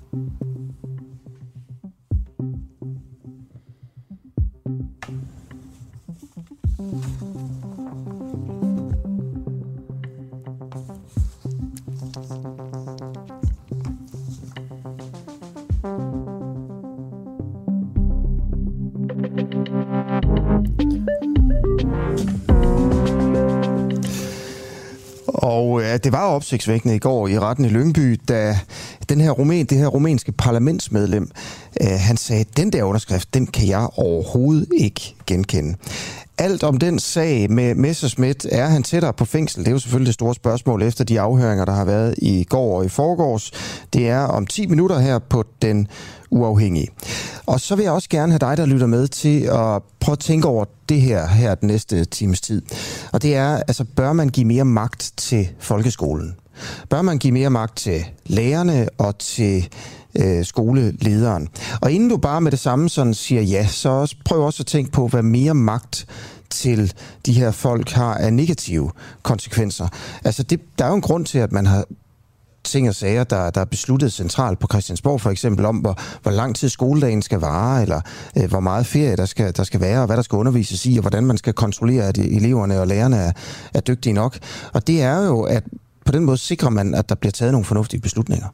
Og det var opsigtsvækkende i går i retten i Lyngby, da det her rumænske parlamentsmedlem, han sagde, at den der underskrift, den kan jeg overhovedet ikke genkende. Alt om den sag med Messerschmidt, er han tættere på fængsel? Det er jo selvfølgelig det store spørgsmål efter de afhøringer, der har været i går og i forgårs. Det er om 10 minutter her på Den Uafhængige. Og så vil jeg også gerne have dig, der lytter med, til at prøve at tænke over det her den næste times tid. Og det er, altså, bør man give mere magt til folkeskolen? Bør man give mere magt til lærerne og til skolelederen? Og inden du bare med det samme sådan siger ja, så prøv også at tænke på, hvad mere magt til de her folk har af negative konsekvenser. Altså, der er jo en grund til, at man har ting og sager, der er besluttet centralt på Christiansborg, for eksempel om, hvor lang tid skoledagen skal vare, eller hvor meget ferie der skal være, og hvad der skal undervises i, og hvordan man skal kontrollere, at eleverne og lærerne er dygtige nok. Og det er jo, at på den måde sikrer man, at der bliver taget nogle fornuftige beslutninger.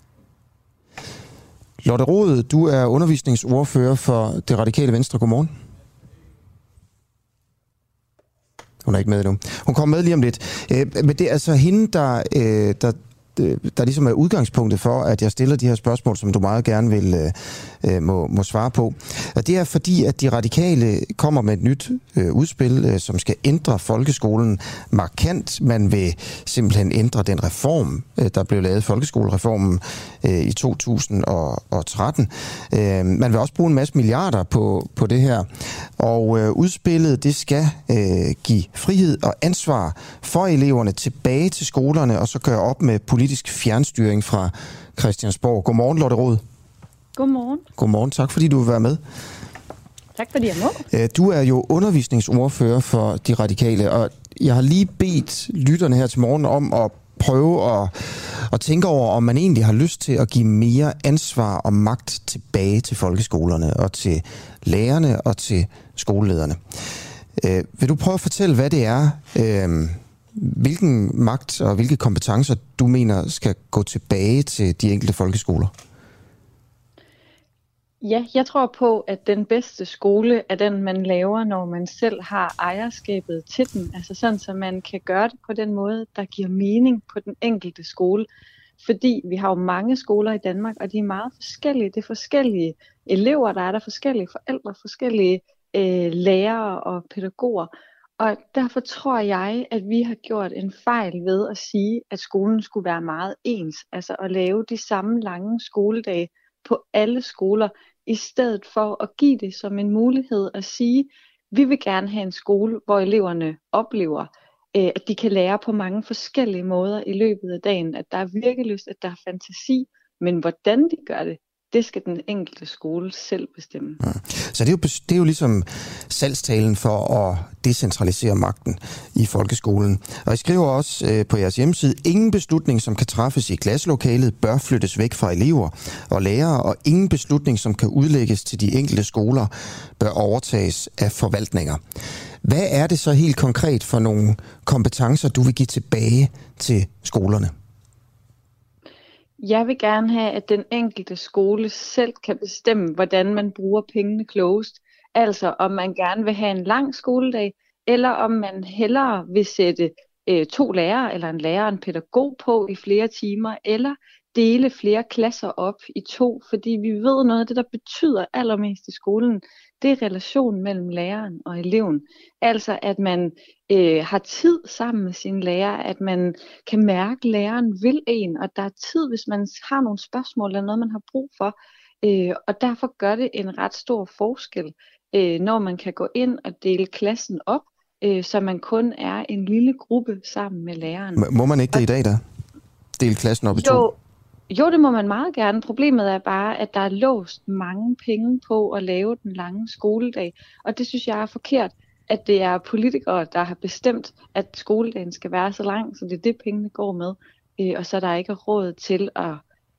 Lotte Rod, du er undervisningsordfører for Det Radikale Venstre. Godmorgen. Hun er ikke med endnu. Hun kommer med lige om lidt. Men det er altså hende, der ligesom er udgangspunktet for, at jeg stiller de her spørgsmål, som du meget gerne må svare på. Og det er fordi, at de radikale kommer med et nyt udspil, som skal ændre folkeskolen markant. Man vil simpelthen ændre den reform, der blev lavet, folkeskolereformen i 2013. Man vil også bruge en masse milliarder på det her. Og udspillet, det skal give frihed og ansvar for eleverne tilbage til skolerne, og så gøre op med politisk fjernstyring fra Christiansborg. Godmorgen, Lotte Rod. Godmorgen. Godmorgen. Tak fordi du vil være med. Tak fordi jeg må. Du er jo undervisningsordfører for De Radikale, og jeg har lige bedt lytterne her til morgen om at prøve at tænke over, om man egentlig har lyst til at give mere ansvar og magt tilbage til folkeskolerne og til lærerne og til skolelederne. Vil du prøve at fortælle, hvad det er, hvilken magt og hvilke kompetencer du mener skal gå tilbage til de enkelte folkeskoler? Ja, jeg tror på, at den bedste skole er den, man laver, når man selv har ejerskabet til den. Altså sådan, så man kan gøre det på den måde, der giver mening på den enkelte skole. Fordi vi har jo mange skoler i Danmark, og de er meget forskellige. Det er forskellige elever, der er der forskellige forældre, forskellige lærere og pædagoger. Og derfor tror jeg, at vi har gjort en fejl ved at sige, at skolen skulle være meget ens. Altså at lave de samme lange skoledage på alle skoler, i stedet for at give det som en mulighed at sige, vi vil gerne have en skole, hvor eleverne oplever, at de kan lære på mange forskellige måder i løbet af dagen. At der er virkelyst, at der er fantasi, men hvordan de gør det, det skal den enkelte skole selv bestemme. Ja. Så det er jo ligesom salgstalen for at decentralisere magten i folkeskolen. Og I skriver også på jeres hjemmeside, ingen beslutning, som kan træffes i klasselokalet, bør flyttes væk fra elever og lærere, og ingen beslutning, som kan udlægges til de enkelte skoler, bør overtages af forvaltninger. Hvad er det så helt konkret for nogle kompetencer, du vil give tilbage til skolerne? Jeg vil gerne have, at den enkelte skole selv kan bestemme, hvordan man bruger pengene klogest. Altså om man gerne vil have en lang skoledag, eller om man hellere vil sætte 2 lærere, eller en lærer og en pædagog på i flere timer, eller dele flere klasser op i 2. Fordi vi ved noget af det, der betyder allermest i skolen, det er relationen mellem læreren og eleven. Altså at man har tid sammen med sin lærer, at man kan mærke, at læreren vil en, og der er tid, hvis man har nogle spørgsmål eller noget, man har brug for. Og derfor gør det en ret stor forskel, når man kan gå ind og dele klassen op, så man kun er en lille gruppe sammen med læreren. Må man ikke det i dag da? Dele klassen op i 2? Jo, det må man meget gerne. Problemet er bare, at der er låst mange penge på at lave den lange skoledag. Og det synes jeg er forkert, at det er politikere, der har bestemt, at skoledagen skal være så lang, så det er det, pengene går med. Og så der ikke er råd til at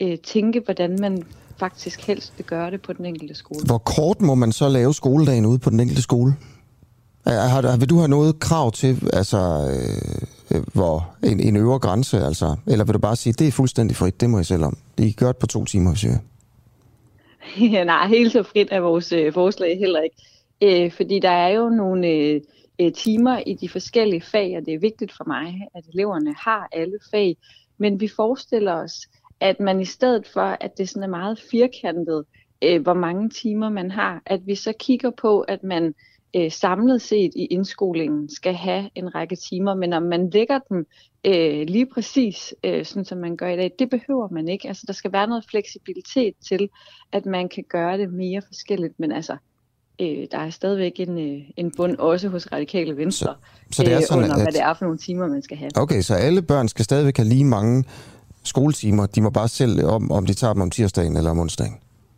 tænke, hvordan man faktisk helst vil gøre det på den enkelte skole. Hvor kort må man så lave skoledagen ude på den enkelte skole? Vil du have noget krav til, altså hvor en øvre grænse, altså, eller vil du bare sige, det er fuldstændig frit, det må jeg selv om. I kan gøre det på 2 timer, hvis jeg Ja, nej, helt så frit er vores forslag heller ikke. Fordi der er jo nogle timer i de forskellige fag, og det er vigtigt for mig, at eleverne har alle fag. Men vi forestiller os, at man i stedet for, at det sådan er meget firkantet, hvor mange timer man har, at vi så kigger på, at man samlet set i indskolingen skal have en række timer, men om man lægger dem lige præcis, sådan som man gør i dag, det behøver man ikke. Altså der skal være noget fleksibilitet til, at man kan gøre det mere forskelligt, men altså der er stadigvæk en bund også hos Radikale Venstre, så det er sådan, under hvad det er for nogle timer, man skal have. Okay, så alle børn skal stadigvæk have lige mange skoletimer. De må bare selv om de tager dem om tirsdagen eller om onsdagen.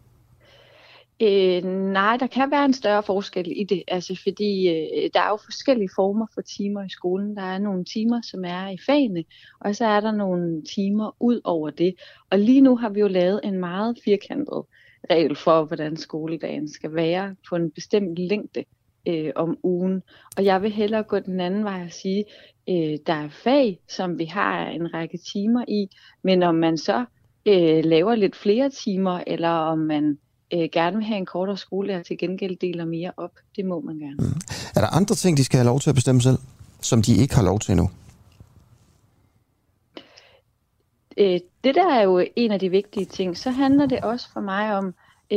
Nej, der kan være en større forskel i det, altså fordi der er jo forskellige former for timer i skolen. Der er nogle timer, som er i fagene, og så er der nogle timer ud over det. Og lige nu har vi jo lavet en meget firkantet regel for, hvordan skoledagen skal være på en bestemt længde om ugen. Og jeg vil hellere gå den anden vej og sige, der er fag, som vi har en række timer i, men om man så laver lidt flere timer, eller om man gerne vil have en kortere skole, og til gengæld deler mere op. Det må man gerne. Er der andre ting, de skal have lov til at bestemme selv, som de ikke har lov til endnu? Det der er jo en af de vigtige ting. Så handler det også for mig om,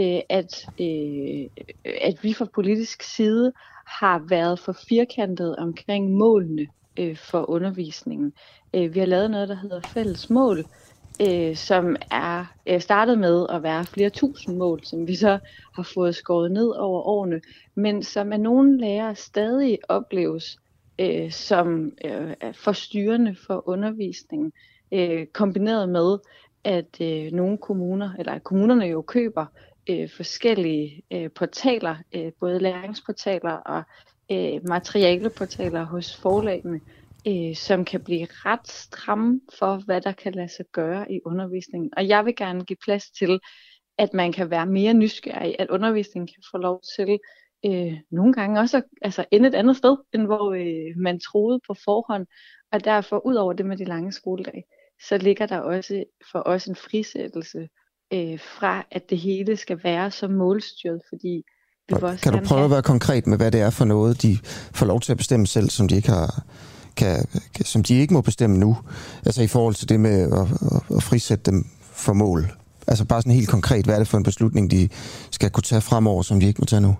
at vi fra politisk side har været for firkantet omkring målene for undervisningen. Vi har lavet noget, der hedder fælles mål, som er startet med at være flere tusind mål, som vi så har fået skåret ned over årene, men som af nogle lærere stadig opleves som forstyrrende for undervisningen, kombineret med, at nogle kommuner, eller at kommunerne jo køber forskellige portaler, både læringsportaler og materialeportaler hos forlagene, som kan blive ret stramme for, hvad der kan lade sig gøre i undervisningen. Og jeg vil gerne give plads til, at man kan være mere nysgerrig, at undervisningen kan få lov til nogle gange også at ende et andet sted, end hvor man troede på forhånd. Og derfor, ud over det med de lange skoledage, så ligger der også for os en frisættelse fra, at det hele skal være så målstyret, fordi vi også kan du prøve at være konkret med, hvad det er for noget, de får lov til at bestemme selv, som de ikke har... som de ikke må bestemme nu, altså i forhold til det med at frisætte dem for mål. Altså bare sådan helt konkret, hvad er det for en beslutning, de skal kunne tage fremover, som de ikke må tage nu?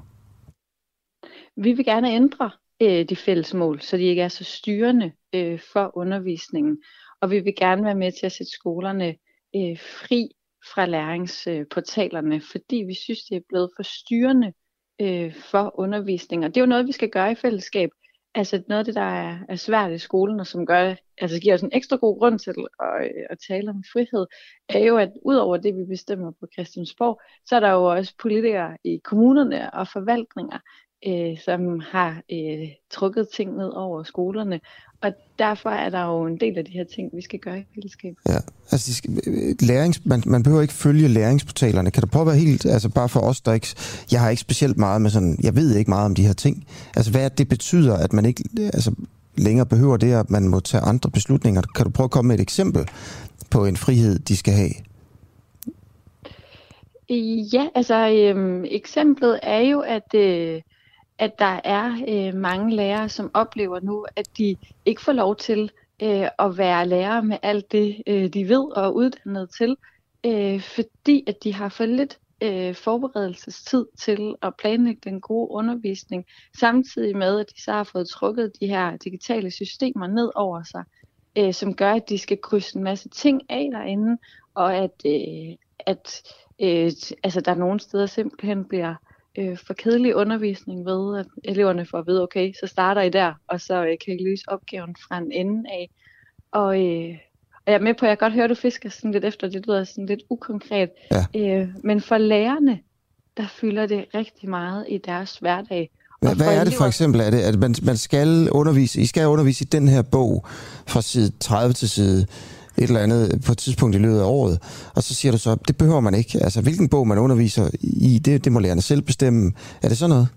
Vi vil gerne ændre de fælles mål, så de ikke er så styrende for undervisningen. Og vi vil gerne være med til at sætte skolerne fri fra læringsportalerne, fordi vi synes, det er blevet for styrende for undervisning. Og det er jo noget, vi skal gøre i fællesskab. Altså noget af det, der er svært i skolen, og som giver os en ekstra god grund til at tale om frihed, er jo, at udover det, vi bestemmer på Christiansborg, så er der jo også politikere i kommunerne og forvaltninger, som har trukket ting ned over skolerne. Og derfor er der jo en del af de her ting, vi skal gøre i fællesskab. Ja, altså man behøver ikke følge læringsportalerne. Kan du prøve at være helt, altså bare for os, der ikke... Jeg har ikke specielt meget med sådan... Jeg ved ikke meget om de her ting. Altså hvad det betyder, at man ikke længere behøver det, at man må tage andre beslutninger. Kan du prøve at komme med et eksempel på en frihed, de skal have? Ja, eksemplet er jo, at der er mange lærere, som oplever nu, at de ikke får lov til at være lærere med alt det, de ved og er uddannet til, fordi at de har for lidt forberedelsestid til at planlægge den gode undervisning, samtidig med, at de så har fået trukket de her digitale systemer ned over sig, som gør, at de skal krydse en masse ting af derinde, og at der nogle steder simpelthen bliver for kedelig undervisning ved, at eleverne får at vide, okay, så starter I der, og så kan I løse opgaven fra en ende af. Og jeg er med på, at jeg godt hører, at du fisker sådan lidt efter, det lyder sådan lidt ukonkret. Ja. Men for lærerne, der fylder det rigtig meget i deres hverdag. Hvad er det for eksempel? Er det, at man skal undervise, I skal undervise i den her bog fra side 30 til side et eller andet på et tidspunkt i løbet af året, og så siger du så, det behøver man ikke. Altså, hvilken bog man underviser i, det må lærerne selv bestemme. Er det sådan noget?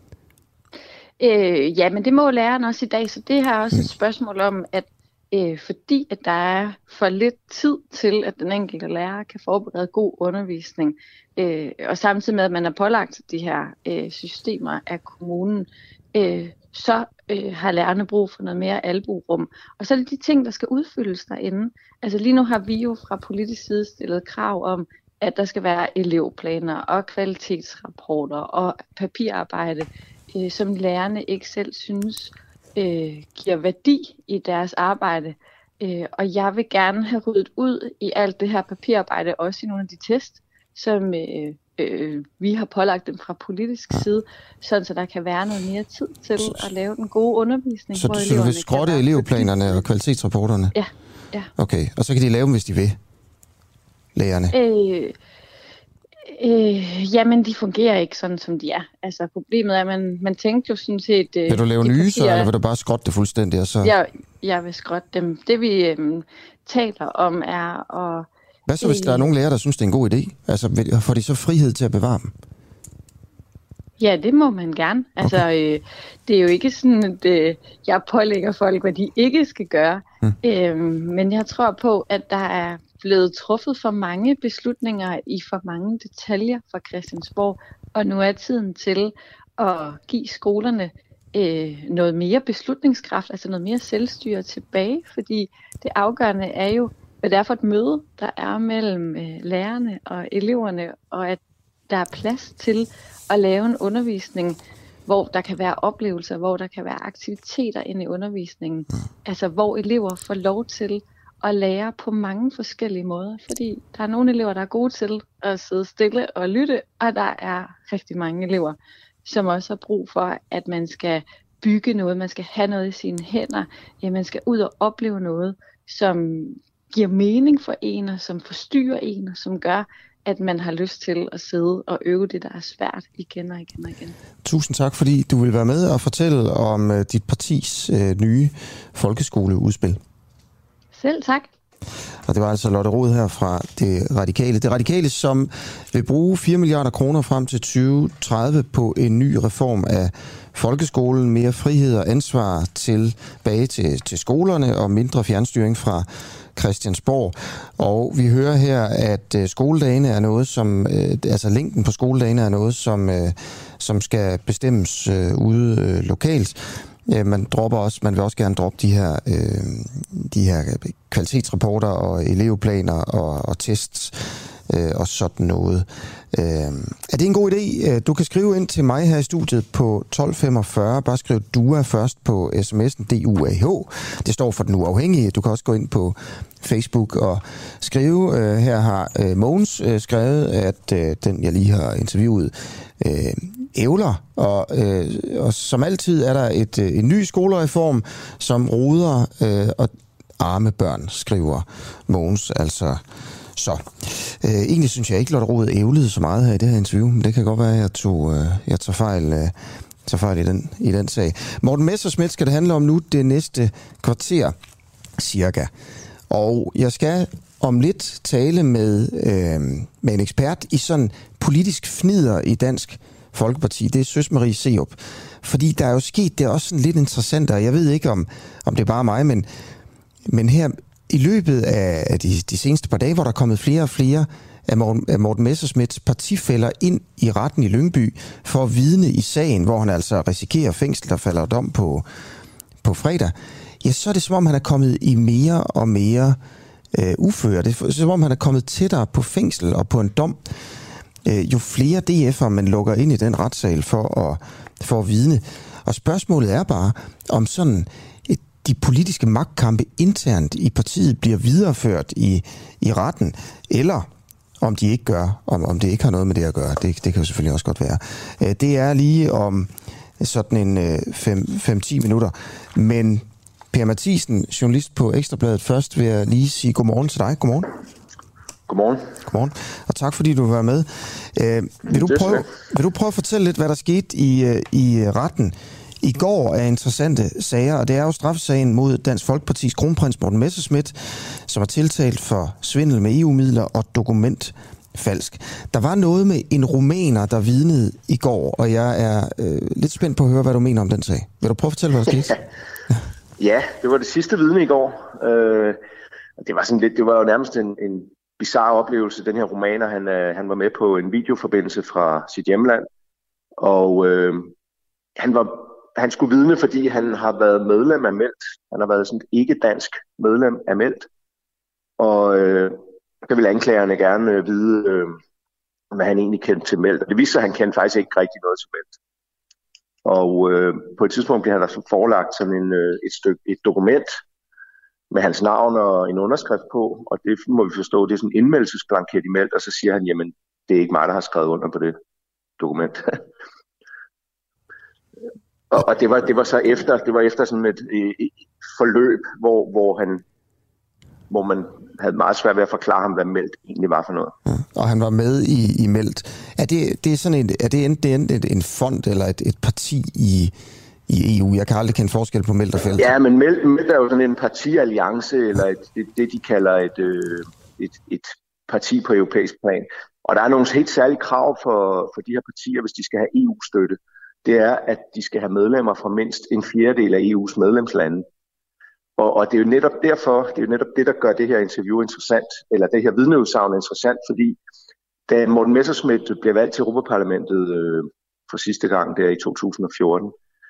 Ja, men det må læreren også i dag, så det her er også et spørgsmål om, at fordi at der er for lidt tid til, at den enkelte lærer kan forberede god undervisning, og samtidig med, at man er pålagt de her systemer af kommunen, så har lærerne brug for noget mere albuerum. Og så er det de ting, der skal udfyldes derinde. Altså lige nu har vi jo fra politisk side stillet krav om, at der skal være elevplaner og kvalitetsrapporter og papirarbejde, som lærerne ikke selv synes giver værdi i deres arbejde. Og jeg vil gerne have ryddet ud i alt det her papirarbejde, også i nogle af de test, som vi har pålagt dem fra politisk side, sådan så der kan være noget mere tid til at lave den gode undervisning. Så du vil skrotte elevplanerne og kvalitetsrapporterne? Ja. Okay, og så kan de lave dem, hvis de vil, lærerne? Jamen, de fungerer ikke sådan, som de er. Altså, problemet er, at man tænkte jo sådan set... Vil du lave nye så, eller vil du bare skrotte det fuldstændig? Og så... Jeg vil skrotte dem. Det vi taler om er at... Hvad så, hvis der er nogle lærere, der synes, det er en god idé? Altså, får de så frihed til at bevare dem? Ja, det må man gerne. Altså, okay. Det er jo ikke sådan, at jeg pålægger folk, hvad de ikke skal gøre. Men jeg tror på, at der er blevet truffet for mange beslutninger i for mange detaljer fra Christiansborg, og nu er tiden til at give skolerne noget mere beslutningskraft, altså noget mere selvstyre tilbage, fordi det afgørende er jo, hvad det er for et møde, der er mellem lærerne og eleverne, og at der er plads til at lave en undervisning, hvor der kan være oplevelser, hvor der kan være aktiviteter inde i undervisningen, altså hvor elever får lov til at lære på mange forskellige måder, fordi der er nogle elever, der er gode til at sidde stille og lytte, og der er rigtig mange elever, som også har brug for, at man skal bygge noget, man skal have noget i sine hænder, ja, man skal ud og opleve noget, som giver mening for en, og som forstyrrer en, og som gør, at man har lyst til at sidde og øve det, der er svært igen og igen og igen. Tusind tak, fordi du vil være med og fortælle om dit partis nye folkeskoleudspil. Selv tak. Og det var altså Lotte Rod her fra Det Radikale. Det Radikale, som vil bruge 4 milliarder kroner frem til 2030 på en ny reform af folkeskolen, mere frihed og ansvar tilbage til skolerne og mindre fjernstyring fra Christiansborg. Og vi hører her, at skoledagene er noget, som altså længden på skoledagene er noget, som skal bestemmes ude lokalt. Man vil også gerne droppe de her kvalitetsrapporter og elevplaner og tests og sådan noget. Er det en god idé? Du kan skrive ind til mig her i studiet på 1245. Bare skriv DUA først på sms'en, DUAH. Det står for Den Uafhængige. Du kan også gå ind på Facebook og skrive. Her har Mogens skrevet, at den jeg lige har interviewet ævler, og som altid er der en ny skolereform, som roder og arme børn, skriver Mogens altså. Så egentlig synes jeg ikke, Lotte Rod ævlede så meget her i det her interview, men det kan godt være, at jeg tager fejl i den sag. Morten Messerschmidt skal det handle om nu det næste kvarter, cirka. Og jeg skal om lidt tale med en ekspert i sådan politisk fnider i Dansk Folkeparti. Det er Søs Marie Serup. Fordi der er jo sket, det er også sådan lidt interessant, og jeg ved ikke, om det er bare mig, men her i løbet af de seneste par dage, hvor der er kommet flere og flere af Morten Messerschmidts partifæller ind i retten i Lyngby for at vidne i sagen, hvor han altså risikerer fængsel, der falder dom på fredag, ja, så er det som om, han er kommet i mere og mere uføre. Det er som om, han er kommet tættere på fængsel og på en dom. Jo flere DF'er man lukker ind i den retssal for at vidne. Og spørgsmålet er bare, om sådan de politiske magtkampe internt i partiet bliver videreført i retten, eller om de ikke gør, om det ikke har noget med det at gøre. Det kan jo selvfølgelig også godt være. Det er lige om sådan en 5-10 minutter. Men Per Mathisen, journalist på Ekstrabladet, først vil jeg lige sige godmorgen til dig. Godmorgen. Godmorgen. Godmorgen, og tak fordi du vil være med. Vil du prøve at fortælle lidt, hvad der skete i retten i går af interessante sager, og det er jo straffesagen mod Dansk Folkepartis kronprins Morten Messerschmidt, som er tiltalt for svindel med EU-midler og dokumentfalsk. Der var noget med en rumæner, der vidnede i går, og jeg er lidt spændt på at høre, hvad du mener om den sag. Vil du prøve at fortælle, hvad der skete? Ja, det var det sidste vidne i går. Det var jo nærmest en bizarre oplevelse. Den her rumæner, han var med på en videoforbindelse fra sit hjemland, og han skulle vidne, fordi han har været medlem af Meldt. Han har været sådan et ikke-dansk medlem af Meldt, og der ville anklagerne gerne vide, hvad han egentlig kendte til Meldt. Og det viste sig, at han kendte faktisk ikke rigtig noget til Meldt. Og på et tidspunkt bliver han altså forelagt sådan et dokument med hans navn og en underskrift på, og det må vi forstå, det er sådan en indmeldelsesblanket i Meldt, og så siger han, jamen, det er ikke mig, der har skrevet under på det dokument. og det var så efter sådan et forløb, hvor man havde meget svært ved at forklare ham, hvad Meldt egentlig var for noget. Ja, og han var med i Meldt. Er det enten en fond eller et parti i EU? Jeg kan aldrig kende forskel på Meldt og Felt. Ja, men Meldt er jo sådan en partialliance, eller det de kalder et parti på europæisk plan. Og der er nogle helt særlige krav for de her partier, hvis de skal have EU-støtte. Det er, at de skal have medlemmer fra mindst en fjerdedel af EU's medlemslande. Og det er jo netop derfor, det er jo netop det, der gør det her interview interessant, eller det her vidneudsagn interessant, fordi da Morten Messerschmidt blev valgt til Europaparlamentet for sidste gang der i 2014,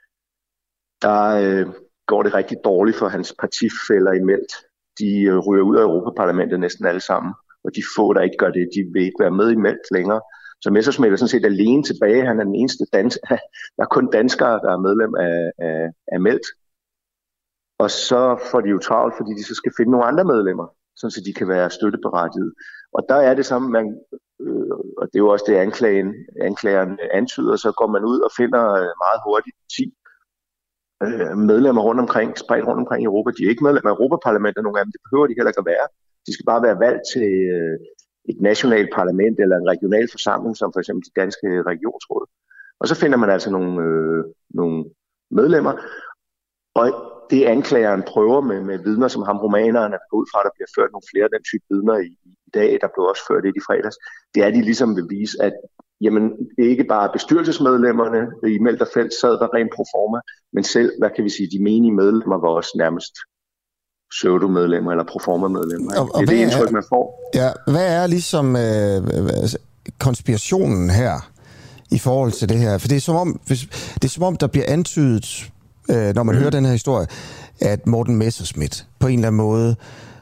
der går det rigtig dårligt for hans partifæller i Meldt. De ryger ud af Europaparlamentet næsten alle sammen, og de få, der ikke gør det, de vil ikke være med i Meldt længere. Så Messerschmidt er sådan set alene tilbage. Han er den eneste dansker. Der er kun danskere, der er medlem af Meldt. Og så får de jo travlt, fordi de så skal finde nogle andre medlemmer, så de kan være støtteberettiget. Og der er det samme, og det er jo også det, anklageren antyder, så går man ud og finder meget hurtigt 10 medlemmer spredt rundt omkring i Europa. De er ikke medlemmer af Europaparlamentet, nogle af dem, det behøver de heller ikke at være. De skal bare være valgt til et nationalt parlament eller en regional forsamling, som for eksempel de danske regionsråd. Og så finder man altså nogle medlemmer, og det anklageren prøver med vidner som ham rumænerne, der går ud fra, at der bliver ført nogle flere af den type vidner i dag, der blev også ført i fredags, det er, at de ligesom vil vise, at jamen, det er ikke bare bestyrelsesmedlemmerne i Meldt og Felt sad der rent pro forma, men selv, hvad kan vi sige, de menige medlemmer var også nærmest pseudo-medlemmer eller pro forma-medlemmer. Det er det indtryk, man får. Ja, hvad er ligesom konspirationen her i forhold til det her? For det er som om der bliver antydet, når man hører den her historie, at Morten Messerschmidt på en eller anden måde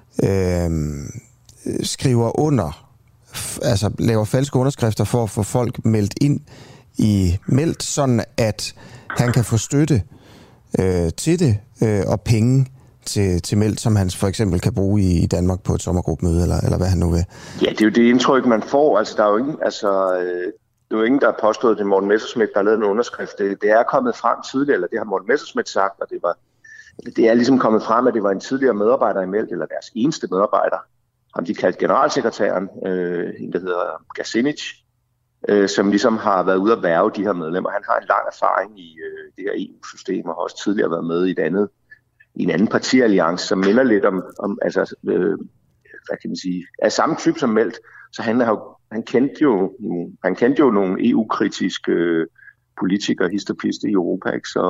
skriver under, altså laver falske underskrifter for at få folk meldt ind i Meldt, sådan at han kan få støtte til det og penge til Meldt, som han for eksempel kan bruge i Danmark på et sommergruppemøde, eller hvad han nu vil. Ja, det er jo det indtryk, man får. Altså, der er jo ingen, det er jo ingen, der har påstået, at det er Morten Messerschmidt, der har lavet en underskrift. Det er kommet frem tidligere, eller det har Morten Messerschmidt sagt, og det er ligesom kommet frem, at det var en tidligere medarbejder i Meldt, eller deres eneste medarbejder, ham de kaldte generalsekretæren, en der hedder Gacinic, som ligesom har været ude at værve de her medlemmer. Han har en lang erfaring i det her EU-system, og har også tidligere været med i en anden partialliance, som minder lidt om hvad kan man sige, af samme type som Meldt. Så han kendte jo nogle EU-kritiske politikere, histopiste i Europa, ikke? Så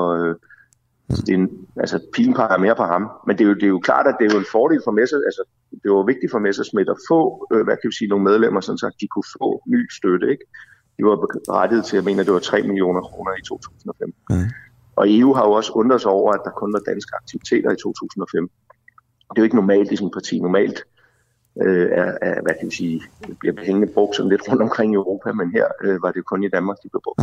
pilen peger mere på ham. Men det er jo klart, at det er jo en fordel for Messerschmidt. Altså, det var vigtigt for Messerschmidt at få, nogle medlemmer, sådan så de kunne få ny støtte, ikke? De var berettiget til, jeg mener, det var 3 millioner kroner i 2005. Mm. Og EU har jo også undret sig over, at der kun var danske aktiviteter i 2005. Det er jo ikke normalt i sådan et parti. Normalt bliver pengene brugt sådan lidt rundt omkring i Europa, men her var det jo kun i Danmark, de blev brugt.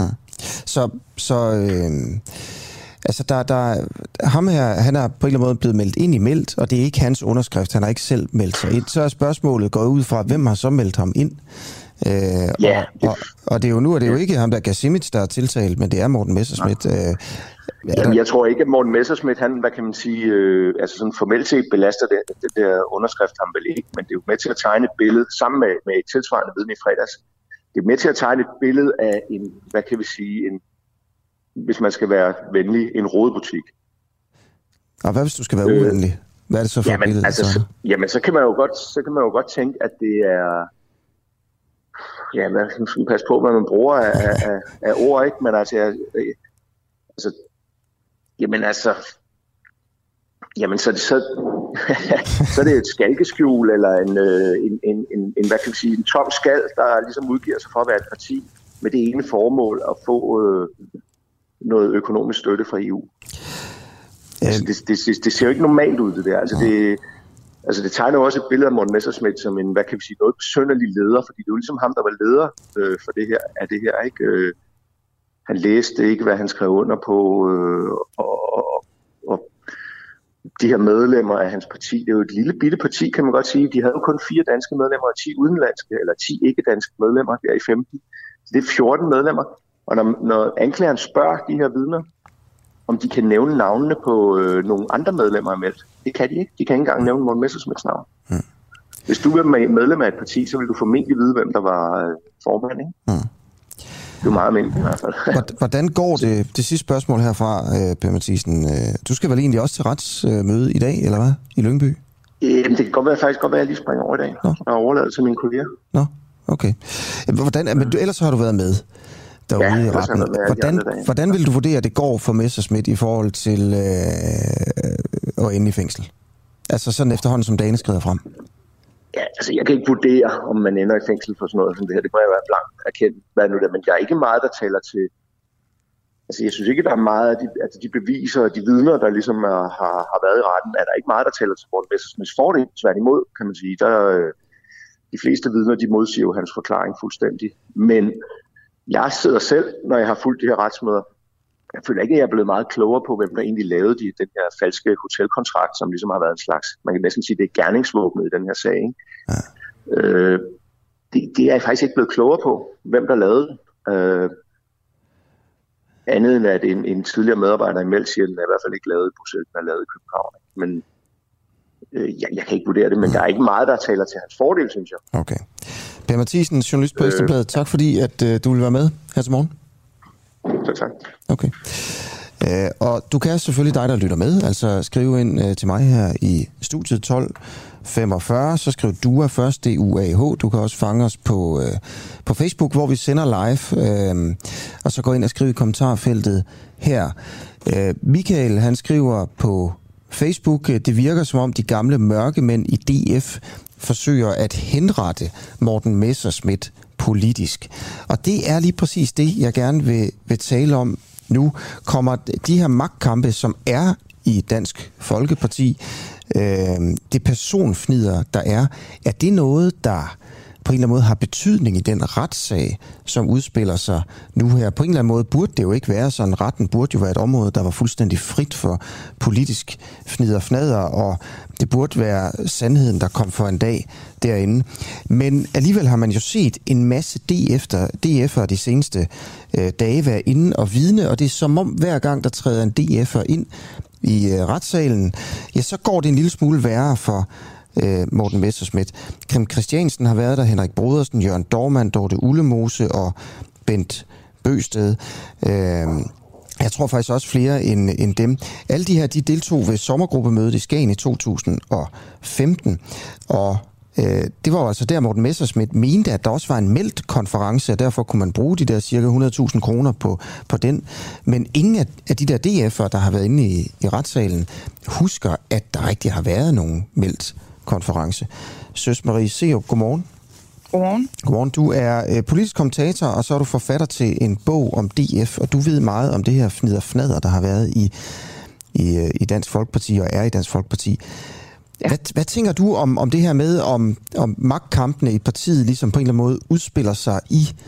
Ham her, han er på en eller anden måde blevet meldt ind i Meldt, og det er ikke hans underskrift, han har ikke selv meldt sig ind. Så er spørgsmålet gået ud fra, hvem har så meldt ham ind? Og det er jo nu, og det er jo ikke ham der Gacinic, der er tiltalt, men det er Morten Messerschmidt. Jamen, jeg tror ikke, at Morten Messerschmidt, han, hvad kan man sige, sådan formelt set belaster det der underskrift ham vel ikke, men det er jo med til at tegne et billede, sammen med et tilsvarende vidne i fredags, det er med til at tegne et billede af en, hvad kan vi sige, hvis man skal være venlig, en rodebutik. Og hvad hvis du skal være uvenlig? Hvad er det så for et billede? Jamen, så kan man jo godt tænke, at det er... Ja, man skal passe på, hvad man bruger af ord, ikke? Men så er det et skalkeskjul, eller en hvad kan vi sige, en tom skal, der ligesom udgiver sig for at være et parti med det ene formål at få noget økonomisk støtte fra EU. Det ser jo ikke normalt ud, det der. Det tegner jo også et billede af Morten Messerschmidt som en, hvad kan vi sige, noget besynderlig leder, fordi det er jo ligesom ham, der var leder for det her, ikke? Han læste ikke, hvad han skrev under på, og de her medlemmer af hans parti, det er jo et lille bitte parti, kan man godt sige. De havde jo kun 4 danske medlemmer og 10 udenlandske, eller 10 ikke-danske medlemmer der i 15. Så det er 14 medlemmer, og når anklageren spørger de her vidner, om de kan nævne navnene på nogle andre medlemmer af meldt. Det kan de ikke. De kan ikke engang nævne Morten Messerschmidts navn. Hvis du er medlem af et parti, så vil du formentlig vide, hvem der var formand, ikke? Det er meget almindeligt i hvert fald. Hvordan går det sidste spørgsmål herfra, Per Matthiesen? Du skal vel egentlig også til retsmøde i dag, eller hvad? I Lyngby? Det kan faktisk godt være, at jeg lige springer over i dag. Og overlader til mine kolleger. Nå, okay. Men ellers har du været med derude i retten. Hvordan vil du vurdere, at det går for Messerschmidt i forhold til at ende i fængsel? Altså sådan efterhånden, som dagene skrider frem. Ja, altså jeg kan ikke vurdere, om man ender i fængsel for sådan noget som det her. Det må jeg være blankt erkendt, hvad nu det. Men der er ikke meget, der taler til... Altså jeg synes ikke, der er meget af de beviser og de vidner, der ligesom har været i retten. Er der ikke meget, der taler til Morten Messerschmidts fordel? Tværtimod, kan man sige. De fleste vidner, de modsiger jo hans forklaring fuldstændig. Men jeg sidder selv, når jeg har fulgt de her retsmøder. Jeg føler ikke, at jeg er blevet meget klogere på, hvem der egentlig lavede den her falske hotelkontrakt, som ligesom har været en slags, man kan næsten sige, det er gerningsvåbnet i den her sag. Ikke? Ja. Det er jeg faktisk ikke blevet klogere på, hvem der lavede det. Andet end at en tidligere medarbejder i Meld siger, at den er i hvert fald ikke lavet i Bruxelles, den er lavet i København. Men jeg kan ikke vurdere det, men der er ikke meget, der taler til hans fordel, synes jeg. Okay. Per Matthiesen, journalist på Ekstra Bladet. Tak fordi, at du vil være med her til morgen. Tak. Okay. Og du kan selvfølgelig, dig der lytter med, altså skrive ind til mig her i studiet 1245, så skriv DUA først, DUAH. Du kan også fange os på Facebook, hvor vi sender live, og så gå ind og skrive i kommentarfeltet her. Michael, han skriver på Facebook, det virker som om de gamle mørkemænd i DF forsøger at henrette Morten Messerschmidt politisk. Og det er lige præcis det, jeg gerne vil tale om nu. Kommer de her magtkampe, som er i Dansk Folkeparti, det personfnider, der er det noget, der på en eller anden måde har betydning i den retssag, som udspiller sig nu her? På en eller anden måde burde det jo ikke være sådan. Retten burde jo være et område, der var fuldstændig frit for politisk fnider, og det burde være sandheden, der kom for en dag derinde. Men alligevel har man jo set en masse DF'ere de seneste dage være inde og vidne, og det er som om hver gang, der træder en DF'er ind i retssalen, ja, så går det en lille smule værre for Morten Messerschmidt. Kim Christiansen har været der, Henrik Brodersen, Jørgen Dohrmann, Dorte Ullemose og Bent Bøgsted. Jeg tror faktisk også flere end dem. Alle de her, de deltog ved sommergruppemødet i Skagen i 2015, og det var jo altså der, Morten Messerschmidt mente, at der også var en meldt konference, og derfor kunne man bruge de der cirka 100.000 kroner på den. Men ingen af de der DF'ere, der har været inde i retssalen, husker, at der rigtig har været nogen meldt konference. Søs Marie Serup, godmorgen. Godmorgen. Godmorgen. Du er politisk kommentator, og så er du forfatter til en bog om DF, og du ved meget om det her fnader, der har været i Dansk Folkeparti og er i Dansk Folkeparti. Ja. Hvad tænker du om det her med, om magtkampene i partiet ligesom på en eller anden måde udspiller sig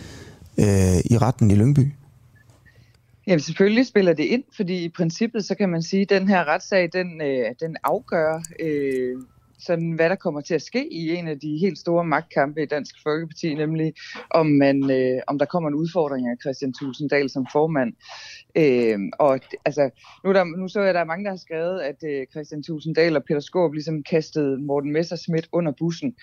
i retten i Lyngby? Jamen selvfølgelig spiller det ind, fordi i princippet så kan man sige, at den her retssag, den afgør sådan, hvad der kommer til at ske i en af de helt store magtkampe i Dansk Folkeparti, nemlig om der kommer en udfordring af Kristian Thulesen Dahl som formand. Og altså, nu så jeg, at der er mange, der har skrevet, at Kristian Thulesen Dahl og Peter Skaarup ligesom kastede Morten Messerschmidt under bussen.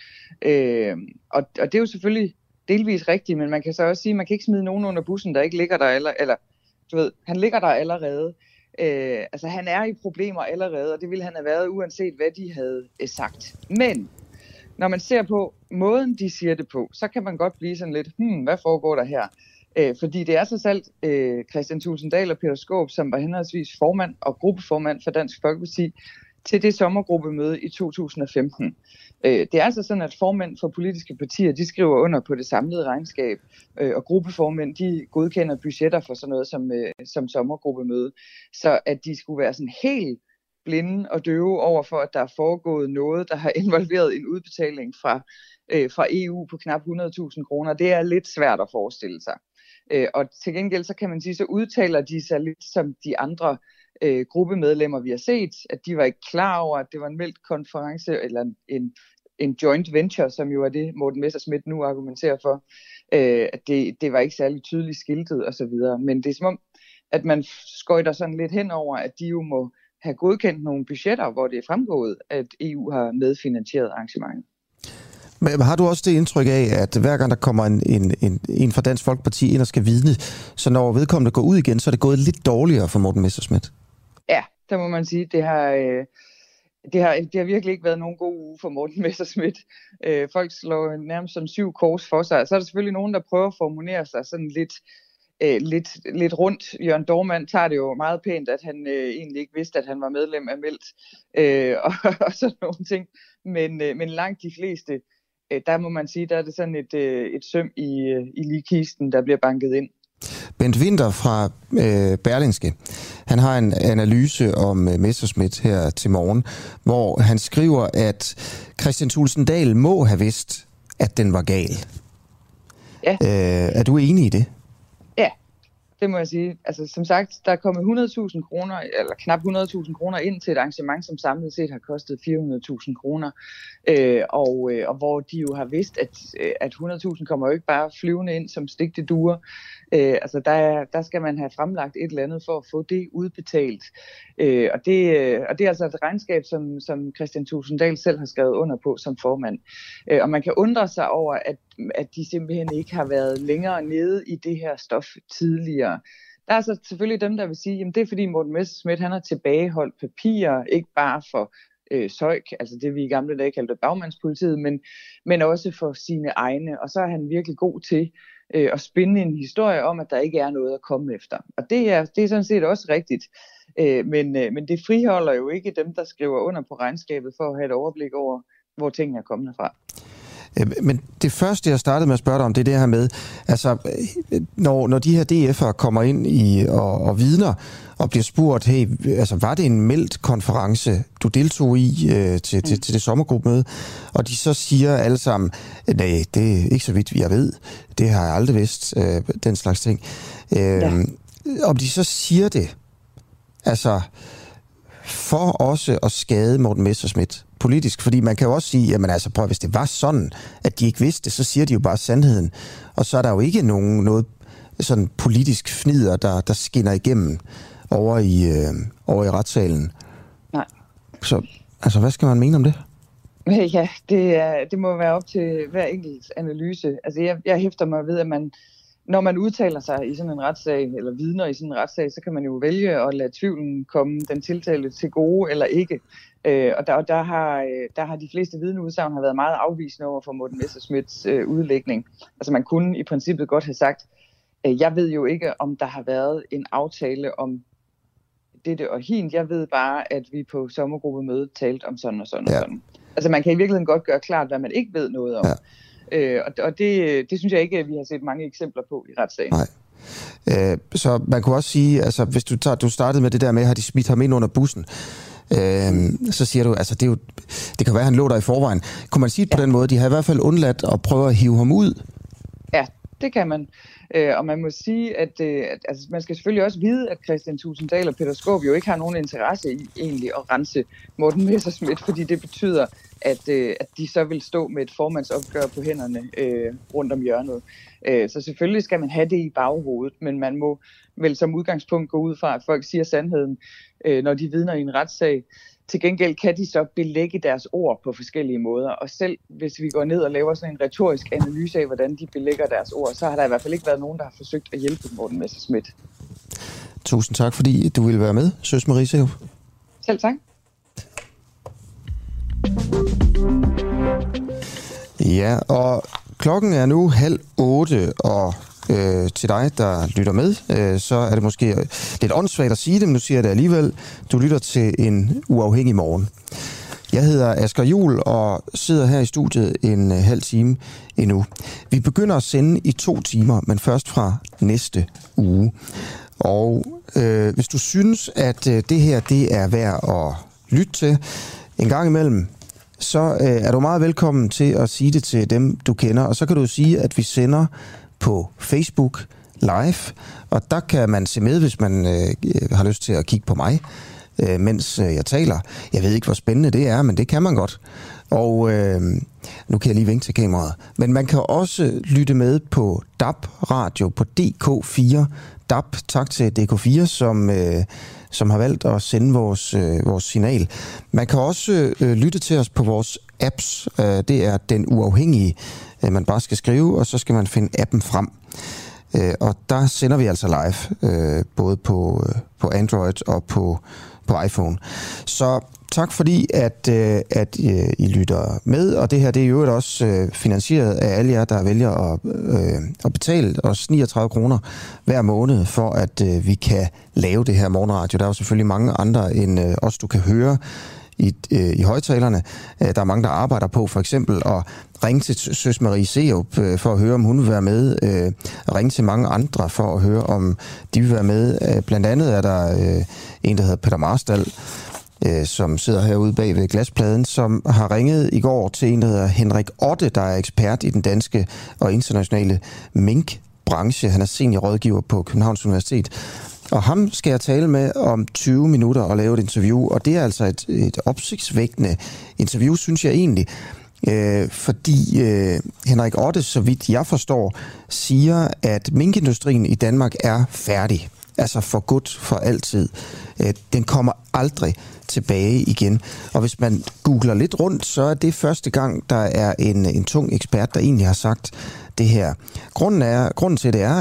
Og det er jo selvfølgelig delvis rigtigt, men man kan så også sige, at man kan ikke smide nogen under bussen, der ikke ligger der, eller han ligger der allerede. Altså han er i problemer allerede, og det ville han have været, uanset hvad de havde sagt. Men når man ser på måden, de siger det på, så kan man godt blive sådan lidt, hvad foregår der her? Fordi det er så selv Kristian Thulesen Dahl og Peter Skaarup, som var henholdsvis formand og gruppeformand for Dansk Folkeparti, til det sommergruppemøde i 2015. Det er altså sådan, at formænd for politiske partier, de skriver under på det samlede regnskab, og gruppeformænd, de godkender budgetter for sådan noget som sommergruppemøde. Så at de skulle være sådan helt blinde og døve over for, at der er foregået noget, der har involveret en udbetaling fra EU på knap 100.000 kroner, det er lidt svært at forestille sig. Og til gengæld, så kan man sige, så udtaler de sig lidt som de andre gruppemedlemmer, vi har set, at de var ikke klar over, at det var en meldt konference, eller en joint venture, som jo er det, Morten Messerschmidt nu argumenterer for, at det var ikke særlig tydeligt skiltet og så videre. Men det er som om, at man skøjter sådan lidt hen over, at de jo må have godkendt nogle budgetter, hvor det er fremgået, at EU har medfinansieret arrangementet. Men har du også det indtryk af, at hver gang der kommer en fra Dansk Folkeparti ind og skal vidne, så når vedkommende går ud igen, så er det gået lidt dårligere for Morten Messerschmidt? Ja, der må man sige, det har virkelig ikke været nogen god uge for Morten Messerschmidt. Folk slår nærmest sådan 7 kors for sig. Så er der selvfølgelig nogen, der prøver at formulere sig sådan lidt rundt. Jørgen Dohrmann tager det jo meget pænt, at han egentlig ikke vidste, at han var medlem af Meldt og sådan nogle ting. Men langt de fleste, der må man sige, der er det sådan et søm i ligkisten, der bliver banket ind. Bent Winther fra Berlingske, han har en analyse om Messerschmidt her til morgen, hvor han skriver, at Kristian Thulesen Dahl må have vidst, at den var gal. Ja. Er du enig i det? Ja, det må jeg sige. Altså som sagt, der er kommet 100.000 kroner, eller knap 100.000 kroner ind til et arrangement, som samlet set har kostet 400.000 kroner. Og hvor de jo har vidst, at 100.000 kommer jo ikke bare flyvende ind som stigte duer. Altså der skal man have fremlagt et eller andet for at få det udbetalt. Og det er altså et regnskab, som Kristian Thulesen Dahl selv har skrevet under på som formand. Og man kan undre sig over, at de simpelthen ikke har været længere nede i det her stof tidligere. Der er så selvfølgelig dem, der vil sige, at det er fordi Morten Messerschmidt, han har tilbageholdt papirer, ikke bare for SØIK, altså det vi i gamle dage kaldte bagmandspolitiet, men også for sine egne. Og så er han virkelig god til at spinde en historie om, at der ikke er noget at komme efter. Og det er sådan set også rigtigt. Men det friholder jo ikke dem, der skriver under på regnskabet for at have et overblik over, hvor tingene er kommet fra. Men det første, jeg startede med at spørge dig om, det er det her med, altså, når de her DF'ere kommer ind og vidner og bliver spurgt, hey, altså, var det en meldt konference, du deltog i til det sommergruppemøde, og de så siger alle sammen, nej, det er ikke så vidt, jeg ved, det har jeg aldrig vidst, den slags ting. Om de så siger det, altså, for også at skade Morten Messerschmidt politisk, fordi man kan jo også sige, jamen altså prøv, hvis det var sådan, at de ikke vidste det, så siger de jo bare sandheden. Og så er der jo ikke noget sådan politisk fnider, der skinner igennem over i retssalen. Nej. Så altså, hvad skal man mene om det? Ja, det må være op til hver enkelt analyse. Altså jeg hæfter mig ved, at når man udtaler sig i sådan en retssag, eller vidner i sådan en retssag, så kan man jo vælge at lade tvivlen komme den tiltalte til gode eller ikke. Og der har de fleste vidneudsagn har været meget afvisende over for Morten Messerschmidts udlægning. Altså man kunne i princippet godt have sagt, jeg ved jo ikke, om der har været en aftale om dette og hint. Jeg ved bare, at vi på sommergruppemødet talte om sådan og sådan og sådan. Altså man kan i virkeligheden godt gøre klart, hvad man ikke ved noget om. Ja. Og det synes jeg ikke, at vi har set mange eksempler på i retssagen. Nej. Så man kunne også sige, altså hvis du startede med det der med, har de smidt ham ind under bussen, så siger du, altså det kan være, han lå der i forvejen. Kunne man sige det på den måde? De har i hvert fald undladt at prøve at hive ham ud. Ja, det kan man. Og man må sige, at altså, man skal selvfølgelig også vide, at Kristian Thulesen Dahl og Peter Skaarup jo ikke har nogen interesse i egentlig at rense Morten Messerschmidt, fordi det betyder, at de så vil stå med et formandsopgør på hænderne rundt om hjørnet. Så selvfølgelig skal man have det i baghovedet, men man må vel som udgangspunkt gå ud fra, at folk siger sandheden, når de vidner i en retssag. Til gengæld kan de så belægge deres ord på forskellige måder, og selv hvis vi går ned og laver sådan en retorisk analyse af, hvordan de belægger deres ord, så har der i hvert fald ikke været nogen, der har forsøgt at hjælpe Morten Messerschmidt. Tusind tak, fordi du ville være med, Søs Marie Serup. Selv tak. Ja, og klokken er nu 7:30, og til dig, der lytter med, så er det måske lidt åndssvagt at sige det, men nu siger jeg det alligevel. Du lytter til en uafhængig morgen. Jeg hedder Asger Juhl og sidder her i studiet en halv time endnu. Vi begynder at sende i 2 timer, men først fra næste uge. Og hvis du synes, at det her det er værd at lytte til en gang imellem, så er du meget velkommen til at sige det til dem, du kender. Og så kan du sige, at vi sender på Facebook live, og der kan man se med, hvis man har lyst til at kigge på mig, mens jeg taler. Jeg ved ikke, hvor spændende det er, men det kan man godt. Og nu kan jeg lige vinke til kameraet. Men man kan også lytte med på DAB Radio på DK4. DAB, tak til DK4, som har valgt at sende vores signal. Man kan også lytte til os på vores apps. Det er Den Uafhængige. Man bare skal skrive, og så skal man finde appen frem. Og der sender vi altså live, både på Android og på iPhone. Så tak fordi, at I lytter med, og det her det er jo også finansieret af alle jer, der vælger at betale os 39 kroner hver måned, for at vi kan lave det her morgenradio. Der er jo selvfølgelig mange andre end os, du kan høre i højtalerne. Der er mange, der arbejder på for eksempel at ringe til Søs Marie Serup for at høre, om hun vil være med. Ringe til mange andre for at høre, om de vil være med. Blandt andet er der en, der hedder Peter Marstal, som sidder herude bag ved glaspladen, som har ringet i går til en, der hedder Henrik Otte, der er ekspert i den danske og internationale minkbranche. Han er seniorrådgiver på Københavns Universitet. Og ham skal jeg tale med om 20 minutter og lave et interview, og det er altså et opsigtsvækkende interview, synes jeg egentlig. Fordi Henrik Otte, så vidt jeg forstår, siger, at minkindustrien i Danmark er færdig. Altså for godt for altid. Den kommer aldrig tilbage igen. Og hvis man googler lidt rundt, så er det første gang, der er en tung ekspert, der egentlig har sagt det her. Grunden til det er,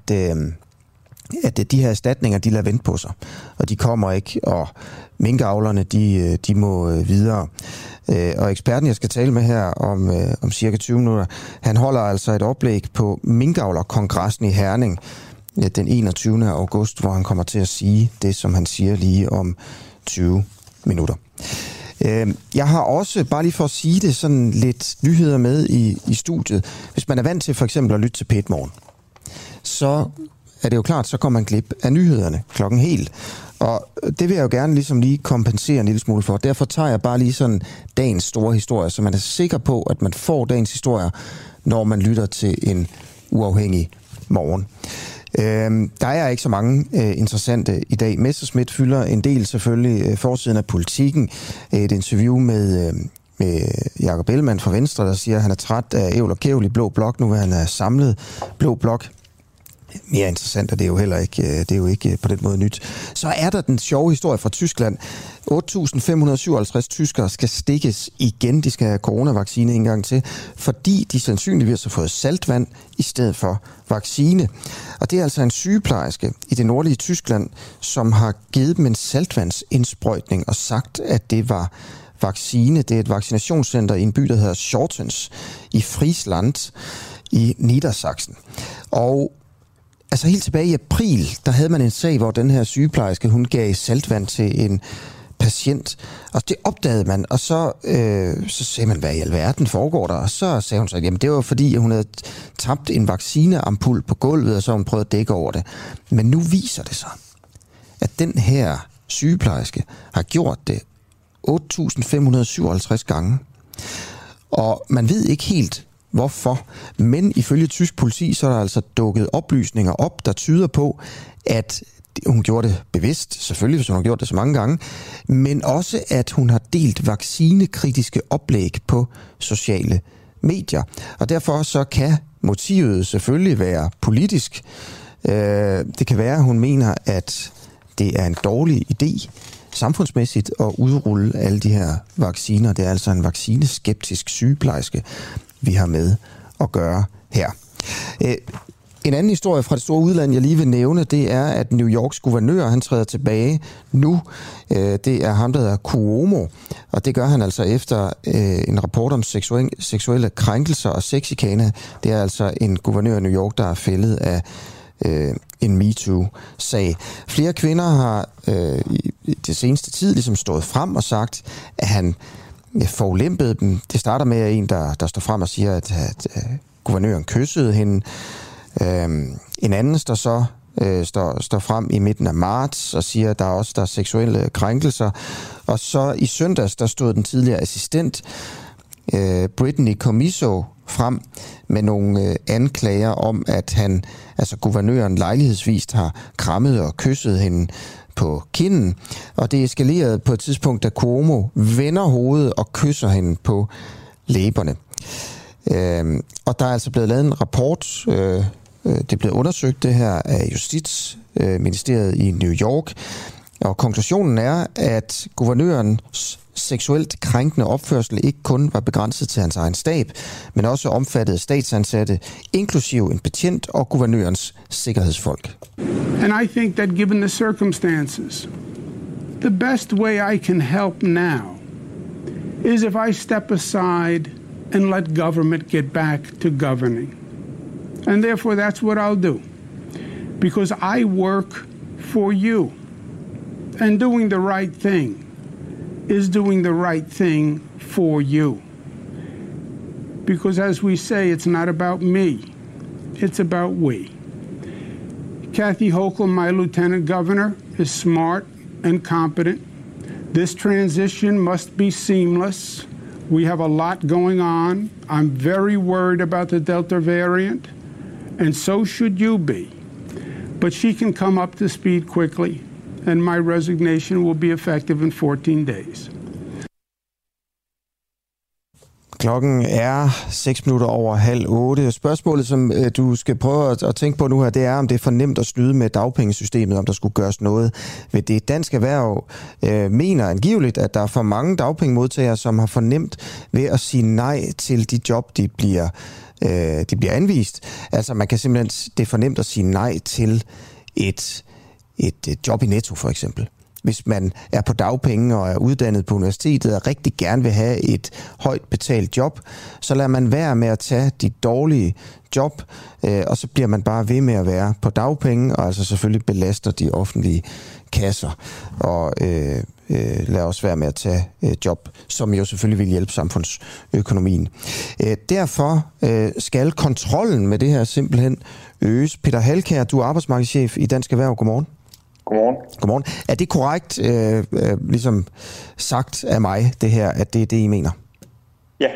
at de her erstatninger, de lader vente på sig. Og de kommer ikke, og minkavlerne, de må videre. Og eksperten, jeg skal tale med her om cirka 20 minutter, han holder altså et oplæg på minkavlerkongressen i Herning den 21. august, hvor han kommer til at sige det, som han siger lige om 20 minutter. Jeg har også, bare lige for at sige det, sådan lidt nyheder med i studiet. Hvis man er vant til for eksempel at lytte til P1 Morgen, så er det jo klart, så kommer man glip af nyhederne klokken helt. Og det vil jeg jo gerne ligesom lige kompensere en lille smule for. Derfor tager jeg bare lige sådan dagens store historie, så man er sikker på, at man får dagens historier, når man lytter til en uafhængig morgen. Der er ikke så mange interessante i dag. Messerschmidt fylder en del selvfølgelig forsiden af Politikken. Et interview med Jakob Ellemann fra Venstre, der siger, at han er træt af ævl og kævl i blå blok, nu vil han have samlet blå blok. Mere interessant er det jo heller ikke. Det er jo ikke på den måde nyt. Så er der den sjove historie fra Tyskland. 8.557 tyskere skal stikkes igen. De skal have coronavaccine en gang til, fordi de sandsynligvis har fået saltvand i stedet for vaccine. Og det er altså en sygeplejerske i det nordlige Tyskland, som har givet dem en saltvandsindsprøjtning og sagt, at det var vaccine. Det er et vaccinationscenter i en by, der hedder Schortens i Friesland i Niedersachsen. Og altså helt tilbage i april, der havde man en sag, hvor den her sygeplejerske, hun gav saltvand til en patient, og det opdagede man, og så sagde man, hvad i alverden foregår der? Og så sagde hun så, jamen det var fordi, hun havde tabt en vaccineampul på gulvet, og så hun prøvede at dække over det. Men nu viser det sig, at den her sygeplejerske har gjort det 8.557 gange. Og man ved ikke helt, hvorfor. Men ifølge tysk politi, så er der altså dukket oplysninger op, der tyder på, at hun gjorde det bevidst, selvfølgelig, hvis hun har gjort det så mange gange, men også, at hun har delt vaccinekritiske oplæg på sociale medier. Og derfor så kan motivet selvfølgelig være politisk. Det kan være, at hun mener, at det er en dårlig idé samfundsmæssigt at udrulle alle de her vacciner. Det er altså en vaccineskeptisk sygeplejerske, vi har med at gøre her. En anden historie fra det store udland, jeg lige vil nævne, det er, at New Yorks guvernør, han træder tilbage nu. Det er ham, der hedder Cuomo, og det gør han altså efter en rapport om seksuelle krænkelser og sexchikane. Det er altså en guvernør i New York, der er fældet af en MeToo-sag. Flere kvinder har i det seneste tid ligesom stået frem og sagt, at han forulempede dem. Det starter med en, der står frem og siger, at guvernøren kyssede hende. En anden står frem i midten af marts og siger, at der er seksuelle krænkelser. Og så i søndags, der stod den tidligere assistent, Brittany Commisso, frem med nogle anklager om, at han, altså guvernøren, lejlighedsvist har krammet og kysset hende på kinden. Og det eskalerede på et tidspunkt, da Cuomo vender hovedet og kysser hende på læberne. Og der er altså blevet lavet en rapport. Det er blevet undersøgt, det her, af Justitsministeriet i New York. Og konklusionen er, at guvernørens seksuelt krænkende opførsel ikke kun var begrænset til hans egen stab, men også omfattede statsansatte, inklusive en betjent og guvernørens sikkerhedsfolk. And I think that given the circumstances, the best way I can help now is if I step aside and let government get back to governing. And therefore that's what I'll do. Because I work for you. And doing the right thing is doing the right thing for you. Because as we say, it's not about me, it's about we. Kathy Hochul, my lieutenant governor, is smart and competent. This transition must be seamless. We have a lot going on. I'm very worried about the Delta variant, and so should you be. But she can come up to speed quickly, and my resignation will be effective in 14 days. Klokken er 7:06. Spørgsmålet, som du skal prøve at tænke på nu her, det er, om det er for nemt at snyde med dagpengesystemet, om der skulle gøres noget ved det. Dansk Erhverv mener angiveligt, at der er for mange dagpengemodtagere, som har fornemt ved at sige nej til de job, de bliver anvist. Altså man kan simpelthen, det er for nemt at sige nej til et job i Netto for eksempel. Hvis man er på dagpenge og er uddannet på universitetet og rigtig gerne vil have et højt betalt job, så lader man være med at tage de dårlige job, og så bliver man bare ved med at være på dagpenge, og altså selvfølgelig belaster de offentlige kasser, og lader også være med at tage job, som jo selvfølgelig vil hjælpe samfundsøkonomien. Derfor skal kontrollen med det her simpelthen øges. Peter Halkær, du er arbejdsmarkedschef i Dansk Erhverv. Godmorgen. Godmorgen. Er det korrekt, ligesom sagt af mig, det her, at det er det, I mener? Ja,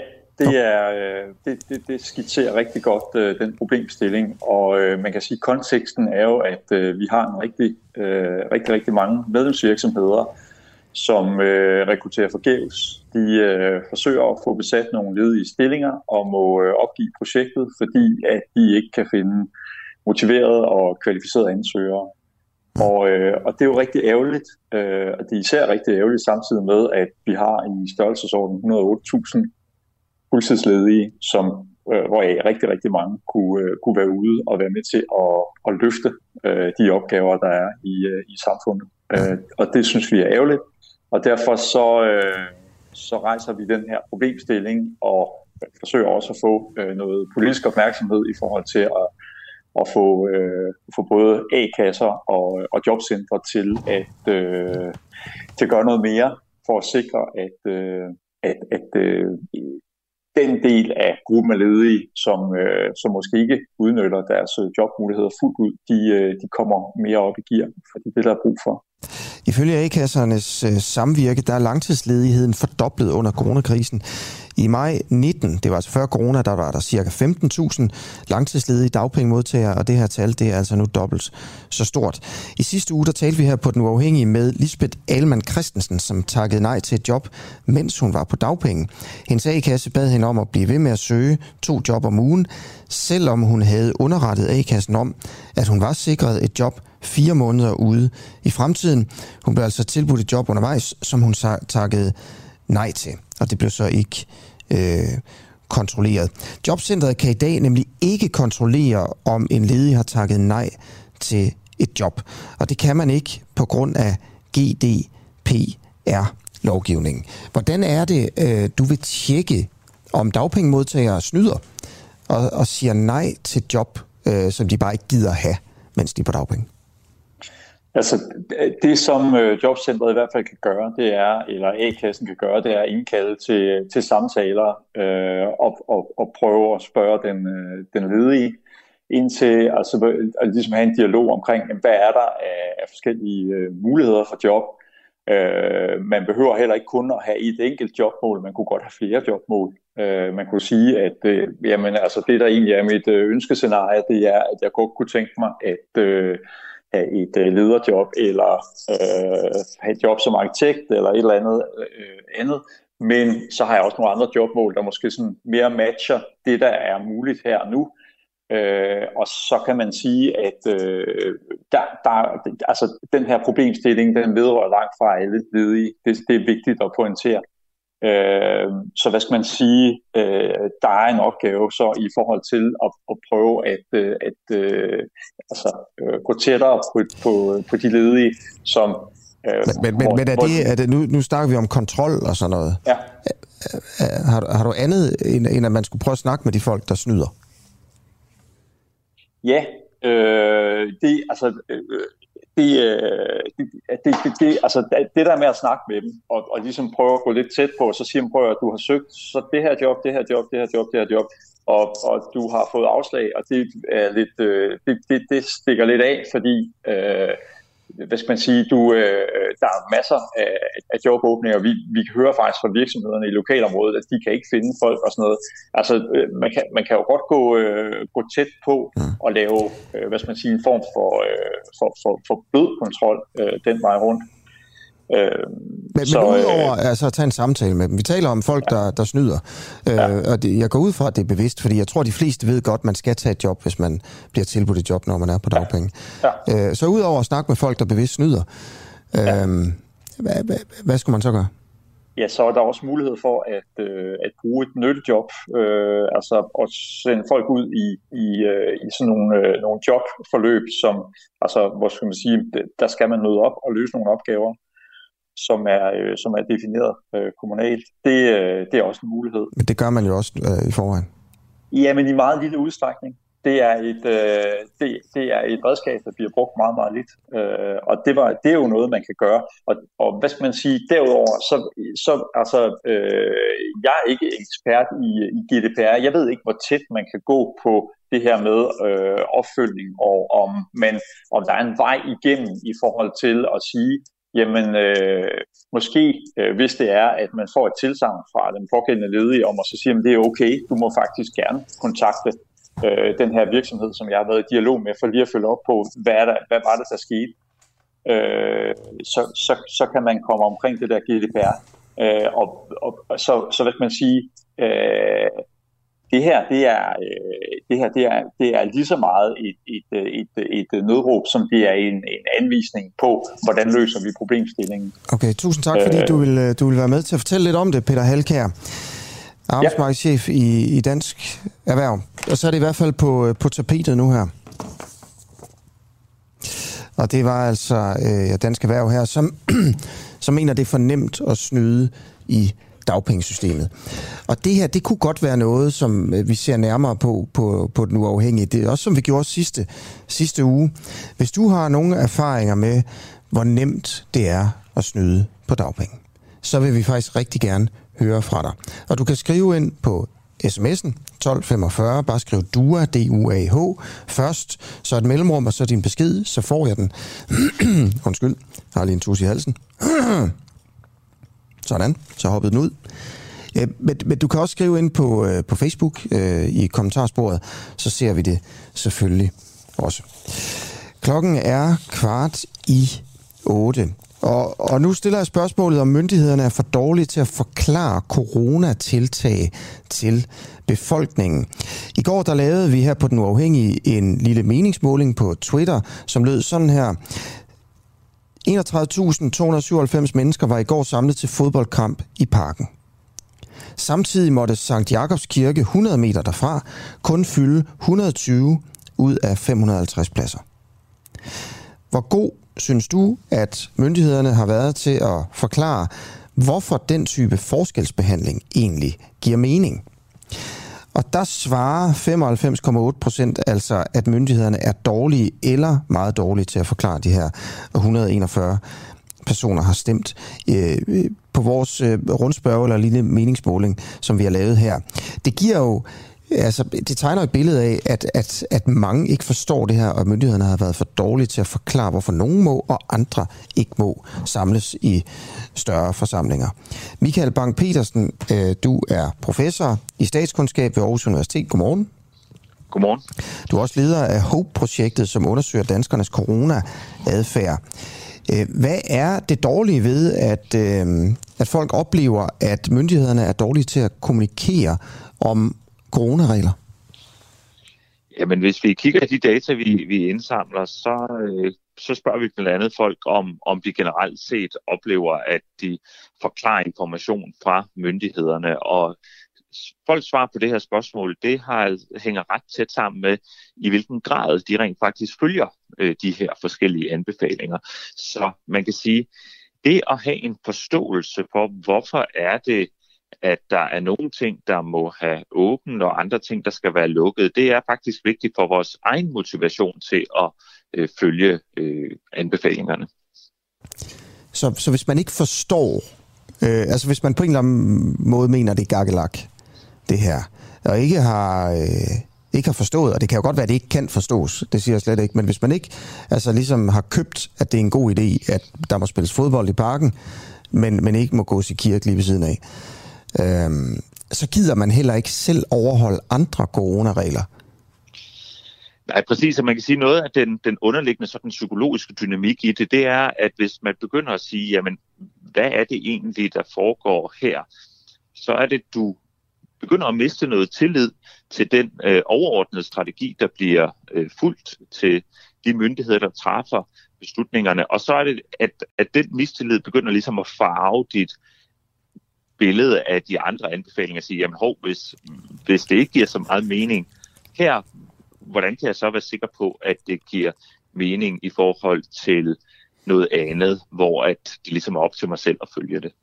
det skitserer rigtig godt den problemstilling, og man kan sige, at konteksten er jo, at vi har en rigtig mange medlemsvirksomheder, som rekrutterer forgæves. De forsøger at få besat nogle ledige stillinger og må opgive projektet, fordi at de ikke kan finde motiverede og kvalificerede ansøgere. Og det er jo rigtig ærgerligt, og det er især rigtig ærgerligt samtidig med, at vi har i størrelsesorden 108.000 fuldtidsledige, som hvoraf rigtig mange kunne være ude og være med til at løfte de opgaver, der er i samfundet. Og det synes vi er ærgerligt, og derfor så rejser vi den her problemstilling og forsøger også at få noget politisk opmærksomhed i forhold til at få både A-kasser og jobcentre til at gøre noget mere for at sikre, at den del af gruppen af ledige, som måske ikke udnytter deres jobmuligheder fuldt ud, de kommer mere op i gear, fordi det der er brug for. Ifølge A-kassernes samvirke, der er langtidsledigheden fordoblet under coronakrisen. I maj 19, det var altså før corona, der var der cirka 15.000 langtidsledige dagpengemodtagere, og det her tal, det er altså nu dobbelt så stort. I sidste uge, der talte vi her på Den Uafhængige med Lisbeth Ahlmann Christensen, som takkede nej til et job, mens hun var på dagpenge. Hendes A-kasse bad hende om at blive ved med at søge 2 job om ugen, selvom hun havde underrettet A-kassen om, at hun var sikret et job 4 måneder ude i fremtiden. Hun blev altså tilbudt et job undervejs, som hun takkede nej til. Og det blev så ikke kontrolleret. Jobcentret kan i dag nemlig ikke kontrollere, om en ledig har takket nej til et job. Og det kan man ikke på grund af GDPR-lovgivningen. Hvordan er det, du vil tjekke, om dagpengemodtagere snyder og siger nej til job, som de bare ikke gider have, mens de er på dagpenge? Altså, det som jobcentret i hvert fald kan gøre, det er, eller A-kassen kan gøre, det er at indkalde til samtaler og prøve at spørge den ledige indtil, altså ligesom have en dialog omkring, hvad er der af forskellige muligheder for job. Man behøver heller ikke kun at have et enkelt jobmål, man kunne godt have flere jobmål. Man kunne sige, at jamen, altså, det der egentlig er mit ønskescenarie, det er, at jeg godt kunne tænke mig at have et lederjob, eller have et job som arkitekt, eller et eller andet. Men så har jeg også nogle andre jobmål, der måske sådan mere matcher det, der er muligt her og nu. Og så kan man sige, at altså, den her problemstilling, den vedrører langt fra alle ledige. Det er vigtigt at pointere. Så hvad skal man sige, der er en opgave så i forhold til at prøve at gå tættere på de ledige, som... Men er det nu snakker vi om kontrol og sådan noget. Ja. Har du andet, end at man skulle prøve at snakke med de folk, der snyder? Ja, det der med at snakke med dem, og ligesom prøve at gå lidt tæt på, og så siger man, prøv at du har søgt så det her job, og du har fået afslag, og det er lidt, det stikker lidt af, fordi hvad skal man sige, der er masser af jobåbninger. Vi kan høre faktisk fra virksomhederne i lokalområdet, at de kan ikke finde folk og sådan noget. Altså, man kan jo godt gå tæt på og lave, hvad skal man sige, en form for blød kontrol den vej rundt. Men udover altså at tage en samtale med dem, vi taler om folk, der snyder, og jeg går ud fra, at det er bevidst, fordi jeg tror, de fleste ved godt, at man skal tage et job, hvis man bliver tilbudt et job, når man er på dagpenge. Så udover at snakke med folk, der bevidst snyder, hvad skulle man så gøre? Ja, så er der også mulighed for at bruge et nyttejob, altså at sende folk ud i sådan nogle jobforløb, som, altså, hvor skal man sige, der skal man møde op og løse nogle opgaver, som er defineret kommunalt. Det er også en mulighed. Men det gør man jo også i forvejen. Ja, men i meget lille udstrækning. Det er et redskab, der bliver brugt meget, meget lidt. Og det er jo noget, man kan gøre. Og hvad skal man sige derudover? Jeg er ikke ekspert i GDPR. Jeg ved ikke, hvor tæt man kan gå på det her med opfølgning, og om der er en vej igennem i forhold til at sige, jamen måske hvis det er, at man får et tilsagn fra den pågældende ledige om at så sige, at det er okay, du må faktisk gerne kontakte den her virksomhed, som jeg har været i dialog med, for lige at følge op på, hvad var det, der skete. Så kan man komme omkring det der GDPR. Så hvad kan man sige, det er lige så meget et nødråb, som det er en anvisning på, hvordan løser vi problemstillingen. Okay, tusind tak, fordi du vil være med til at fortælle lidt om det, Peter Halkjær, arbejdsmarkedschef i Dansk Erhverv. Og så er det i hvert fald på tapetet nu her. Og det var altså Dansk Erhverv her, som mener, det er for nemt at snyde i dagpengesystemet. Og det her, det kunne godt være noget, som vi ser nærmere på den uafhængige. Det er også, som vi gjorde sidste uge. Hvis du har nogle erfaringer med, hvor nemt det er at snyde på dagpenge, så vil vi faktisk rigtig gerne høre fra dig. Og du kan skrive ind på sms'en 1245, bare skriv DUAH, D-U-A-H, først, så et mellemrum, og så din besked, så får jeg den. Undskyld, jeg har lige en tus i halsen. Sådan, så hoppede den ud. Men du kan også skrive ind på Facebook i kommentarsporet, så ser vi det selvfølgelig også. Klokken er 7:15. Og nu stiller jeg spørgsmålet, om myndighederne er for dårlige til at forklare coronatiltag til befolkningen. I går der lavede vi her på Den Uafhængige en lille meningsmåling på Twitter, som lød sådan her. 31.297 mennesker var i går samlet til fodboldkamp i Parken. Samtidig måtte Sankt Jakobs Kirke 100 meter derfra kun fylde 120 ud af 550 pladser. Hvor god synes du, at myndighederne har været til at forklare, hvorfor den type forskelsbehandling egentlig giver mening? Og der svarer 95,8% altså, at myndighederne er dårlige eller meget dårlige til at forklare de her 141 personer har stemt på vores rundspørge eller lille meningsmåling, som vi har lavet her. Det giver jo, altså det tegner et billede af, at mange ikke forstår det her, og myndighederne har været for dårlige til at forklare, hvorfor nogen må, og andre ikke må samles i større forsamlinger. Michael Bang-Petersen, du er professor i statskundskab ved Aarhus Universitet. Godmorgen. Godmorgen. Du er også leder af HOPE-projektet, som undersøger danskernes corona-adfærd. Hvad er det dårlige ved, at folk oplever, at myndighederne er dårlige til at kommunikere om coronaregler? Jamen, hvis vi kigger på de data, vi indsamler, så spørger vi blandt andet folk om de generelt set oplever, at de forklarer information fra myndighederne. Og folks svar på det her spørgsmål, det hænger ret tæt sammen med, i hvilken grad de rent faktisk følger de her forskellige anbefalinger. Så man kan sige, det at have en forståelse for, hvorfor er det, at der er nogle ting, der må have åbent, og andre ting, der skal være lukket, det er faktisk vigtigt for vores egen motivation til at følge anbefalingerne. Så hvis man ikke forstår, altså hvis man på en eller anden måde mener, det er gakkelak, det her, og ikke har forstået, og det kan jo godt være, at det ikke kan forstås, det siger jeg slet ikke, men hvis man ikke altså ligesom har købt, at det er en god idé, at der må spilles fodbold i parken, men ikke må gås i kirke lige ved siden af, så gider man heller ikke selv overholde andre coronaregler. Nej, præcis, og man kan sige noget af den underliggende sådan psykologiske dynamik i det, det er, at hvis man begynder at sige, jamen, hvad er det egentlig, der foregår her, så er det, du begynder at miste noget tillid til den overordnede strategi, der bliver fulgt til de myndigheder, der træffer beslutningerne. Og så er det, at den mistillid begynder ligesom at farve dit billede af de andre anbefalinger og sige, jamen hvis det ikke giver så meget mening her, hvordan kan jeg så være sikker på, at det giver mening i forhold til noget andet, hvor at det ligesom er op til mig selv at følge det.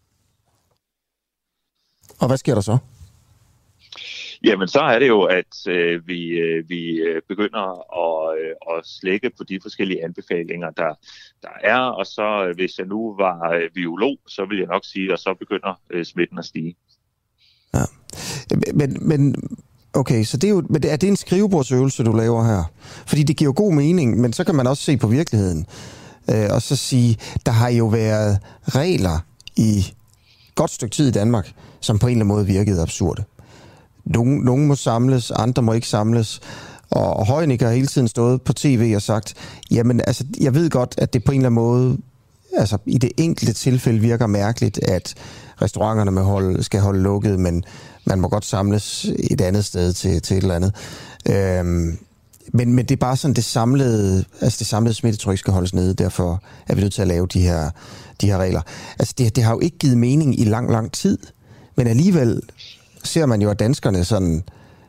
Og hvad sker der så? Jamen, så er det jo, at vi begynder at slække på de forskellige anbefalinger, der er. Og så, hvis jeg nu var biolog, så vil jeg nok sige, at så begynder smitten at stige. Ja. Men okay, så det er jo, men er det en skrivebordsøvelse, du laver her? Fordi det giver jo god mening, men så kan man også se på virkeligheden. Og så sige, der har jo været regler i godt stykke tid i Danmark, som på en eller anden måde virkede absurde. Nogle må samles, andre må ikke samles. Og Højnik har hele tiden stået på tv og sagt, jamen altså, jeg ved godt, at det på en eller anden måde, altså i det enkelte tilfælde virker mærkeligt, at restauranterne skal holde lukket, men man må godt samles et andet sted til et eller andet. Men det er bare sådan, det samlede smittetryk skal holdes nede, derfor er vi nødt til at lave de her regler. Altså det har jo ikke givet mening i lang tid, men alligevel ser man jo, at danskerne sådan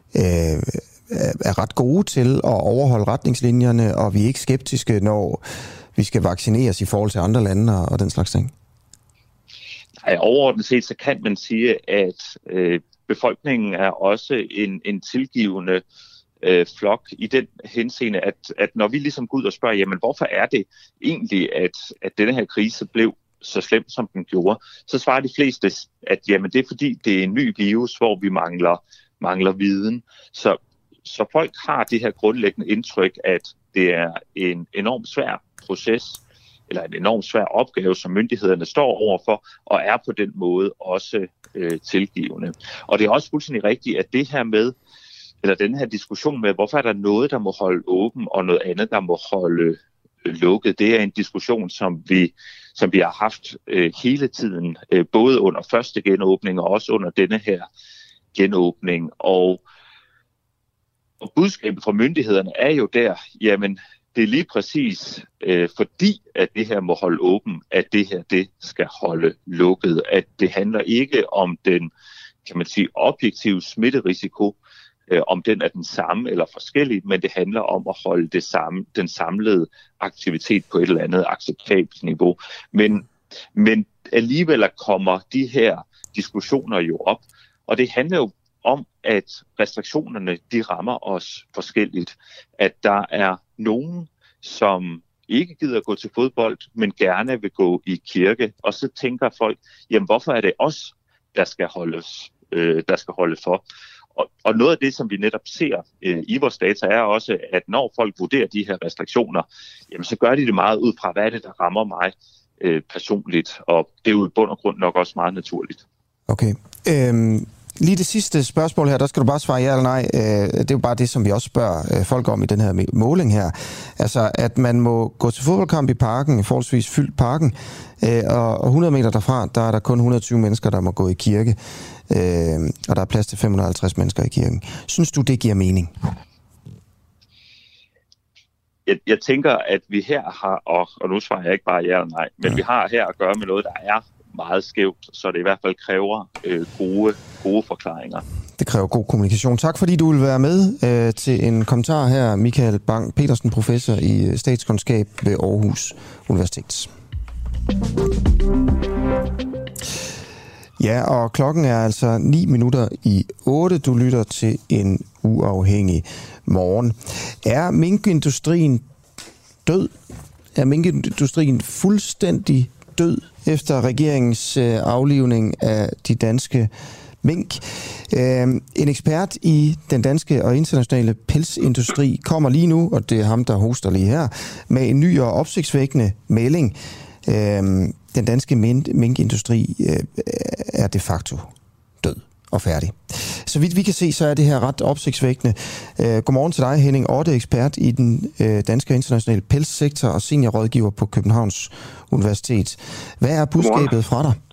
er ret gode til at overholde retningslinjerne, og vi er ikke skeptiske, når vi skal vaccineres i forhold til andre lande og den slags ting. Nej, overordnet set, så kan man sige, at befolkningen er også en tilgivende flok i den henseende, at når vi ligesom går ud og spørger, jamen hvorfor er det egentlig, at denne her krise blev så slemt, som den gjorde, så svarer de fleste, at jamen, det er fordi, det er en ny virus, hvor vi mangler viden. Så folk har det her grundlæggende indtryk, at det er en enormt svær proces, eller en enormt svær opgave, som myndighederne står overfor, og er på den måde også tilgivende. Og det er også fuldstændig rigtigt, at det her med, eller den her diskussion med, hvorfor er der noget, der må holde åben, og noget andet, der må holde lukket, det er en diskussion, som vi har haft hele tiden, både under første genåbning og også under denne her genåbning. Og budskabet fra myndighederne er jo der, jamen det er lige præcis fordi, at det her må holde åben, at det her det skal holde lukket. At det handler ikke om den, kan man sige, objektive smitterisiko, om den er den samme eller forskellig, men det handler om at holde den samlede aktivitet på et eller andet acceptabelt niveau. Men alligevel kommer de her diskussioner jo op, og det handler jo om, at restriktionerne, de rammer os forskelligt. At der er nogen, som ikke gider at gå til fodbold, men gerne vil gå i kirke, og så tænker folk, jamen hvorfor er det os, der skal holde for? Og noget af det, som vi netop ser i vores data, er også, at når folk vurderer de her restriktioner, jamen så gør de det meget ud fra, hvad er det, der rammer mig personligt, og det er jo i bund og grund nok også meget naturligt. Okay. Lige det sidste spørgsmål her, der skal du bare svare ja eller nej. Det er jo bare det, som vi også spørger folk om i den her måling her. Altså, at man må gå til fodboldkamp i parken, i forholdsvis fyldt parken, og 100 meter derfra, der er der kun 120 mennesker, der må gå i kirke, og der er plads til 550 mennesker i kirken. Synes du, det giver mening? Jeg tænker, at vi her har, og nu svarer jeg ikke bare ja eller nej, men vi har her at gøre med noget, der er meget skævt, så det i hvert fald kræver gode forklaringer. Det kræver god kommunikation. Tak fordi du vil være med til en kommentar her, Michael Bang Petersen, professor i statskundskab ved Aarhus Universitet. Ja, og klokken er altså 7:09. Du lytter til en uafhængig morgen. Er minkindustrien død? Er minkindustrien fuldstændig død efter regeringens aflivning af de danske mink? En ekspert i den danske og internationale pelsindustri kommer lige nu, og det er ham, der hoster lige her, med en ny og opsigtsvækkende melding. Den danske minkindustri er de facto død og færdig. Så vidt vi kan se, så er det her ret opsigtsvækkende. Godmorgen til dig, Henning Otte, ekspert i den danske og internationale pelssektor og seniorrådgiver på Københavns Universitet. Hvad er budskabet fra dig?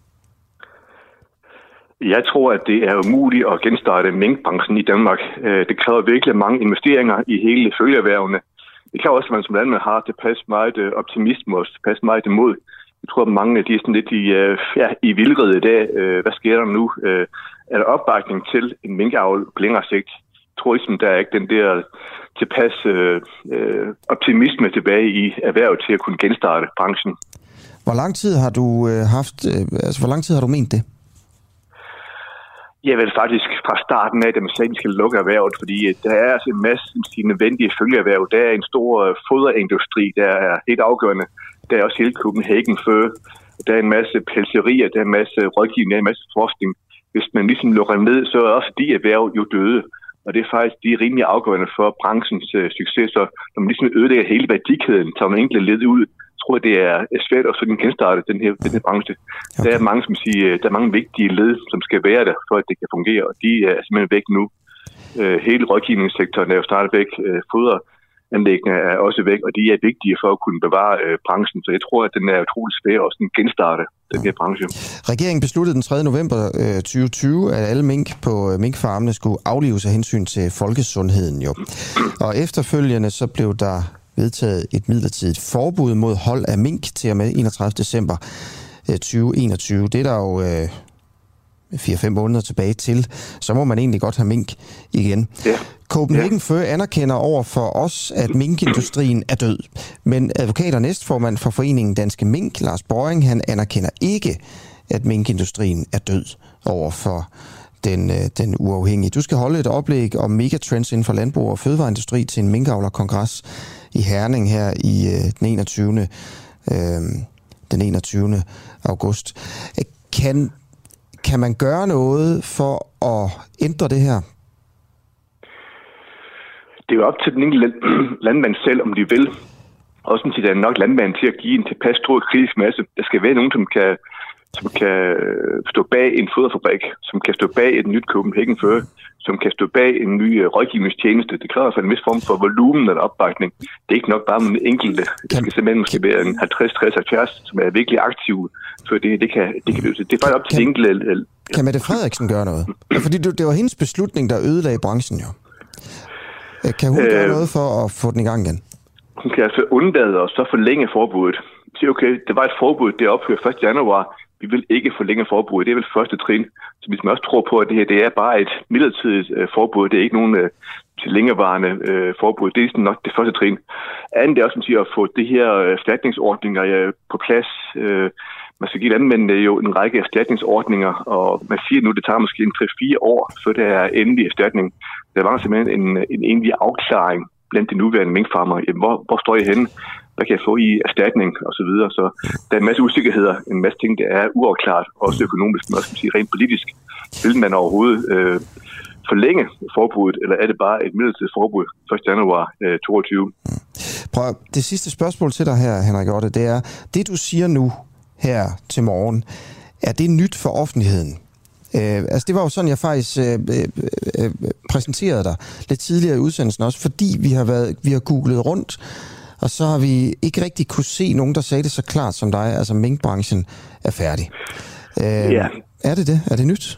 Jeg tror, at det er umuligt at genstarte minkbranchen i Danmark. Det kræver virkelig mange investeringer i hele følgeerhvervene. Det kan også, at man som landmand har tilpas meget optimisme og tilpas meget imod. Jeg tror, at mange af de er sådan lidt i vildrede i dag. Hvad sker der nu? Er der opbakning til en minkavl på længere sigt? Jeg tror ikke, der er ikke den der tilpas optimisme tilbage i erhvervet til at kunne genstarte branchen. Hvor lang tid har du hvor lang tid har du ment det? Jeg vil faktisk fra starten af, at man sagde, at vi skal lukke erhvervet, fordi der er altså en masse nødvendige følgeerhverv. Der er en stor foderindustri, der er helt afgørende. Der er også hele Copenhagen Fur. Der er en masse pelserier, der er en masse rådgivning, der er en masse forskning. Hvis man ligesom lukker ned, så er også de erhverv jo døde. Og det er faktisk de rimelig afgørende for branchens succes. Så når man ligesom ødelægger hele værdikæden, tager man enkelte led ud, tror jeg, det er svært at sådan genstarte den her branche. Okay. Der er mange, der er mange vigtige led, som skal være der, for at det kan fungere, og de er simpelthen væk nu. Hele rådgivningssektoren er jo startet væk, foderanlæggene er også væk, og de er vigtige for at kunne bevare branchen, så jeg tror, at den er utrolig svær at sådan genstarte den her branche. Regeringen besluttede den 3. november 2020, at alle mink på minkfarmene skulle aflives af hensyn til folkesundheden. Jo. Og efterfølgende så blev der vedtaget et midlertidigt forbud mod hold af mink til og med 31. december 2021. Det er der jo 4-5 måneder tilbage til. Så må man egentlig godt have mink igen. Ja. Copenhagen Fur anerkender over for os, at minkindustrien er død. Men advokat og næstformand for foreningen Danske Mink, Lars Bøjing, han anerkender ikke, at minkindustrien er død over for den uafhængige. Du skal holde et oplæg om megatrends inden for landbrug og fødevareindustri til en minkavlerkongres i Herning her i den 21. august. Kan man gøre noget for at ændre det her? Det er jo op til den enkelte landmand selv, om de vil. Også sådan, at der er nok landmand til at give en tilpas stor kritisk masse. Der skal være nogen, som kan stå bag en foderfabrik, som kan stå bag et nyt Copenhagen Fur, som kan stå bag en ny rådgivningstjeneste. Det kræver for en vis form for volumen eller opbakning. Det er ikke nok bare med en enkelte. Det skal simpelthen måske være en 50-60-70, som er virkelig aktive, for det kan løse. Det er faktisk op til den enkelte. Kan Mette Frederiksen gøre noget? Fordi det var hendes beslutning, der ødelagde branchen jo. Kan hun gøre noget for at få den i gang igen? hun kan altså undlade og så forlænge forbuddet. Sige, okay, det var et forbud, det ophører 1. januar. Vi vil ikke forlænge forbuddet. Det er vel første trin. Så hvis man også tror på, at det her det er bare et midlertidigt forbud, det er ikke nogen længerevarende forbud. Det er sådan nok det første trin. Andet er også, som siger, at få de her erstatningsordninger på plads. Man skal give landmændene jo en række erstatningsordninger, og man siger nu, det tager måske 3-4 år, så det er endelig erstatning. Der var simpelthen en egentlig afklaring blandt de nuværende minkfarmere. Hvor står I henne? Hvad kan jeg få i erstatning og så videre. Så der er en masse usikkerheder, en masse ting, der er uafklaret, også økonomisk, men også rent politisk. Vil man overhovedet forlænge forbuddet, eller er det bare et midlertidigt forbud 1. januar 2022? Prøv, det sidste spørgsmål til dig her, Henrik Otte, det er, det du siger nu her til morgen, er det nyt for offentligheden? Altså det var jo sådan, jeg faktisk præsenterede dig lidt tidligere i udsendelsen også, fordi vi har googlet rundt, og så har vi ikke rigtig kunne se nogen, der sagde det så klart som dig, altså minkbranchen er færdig. Ja. Er det det? Er det nyt?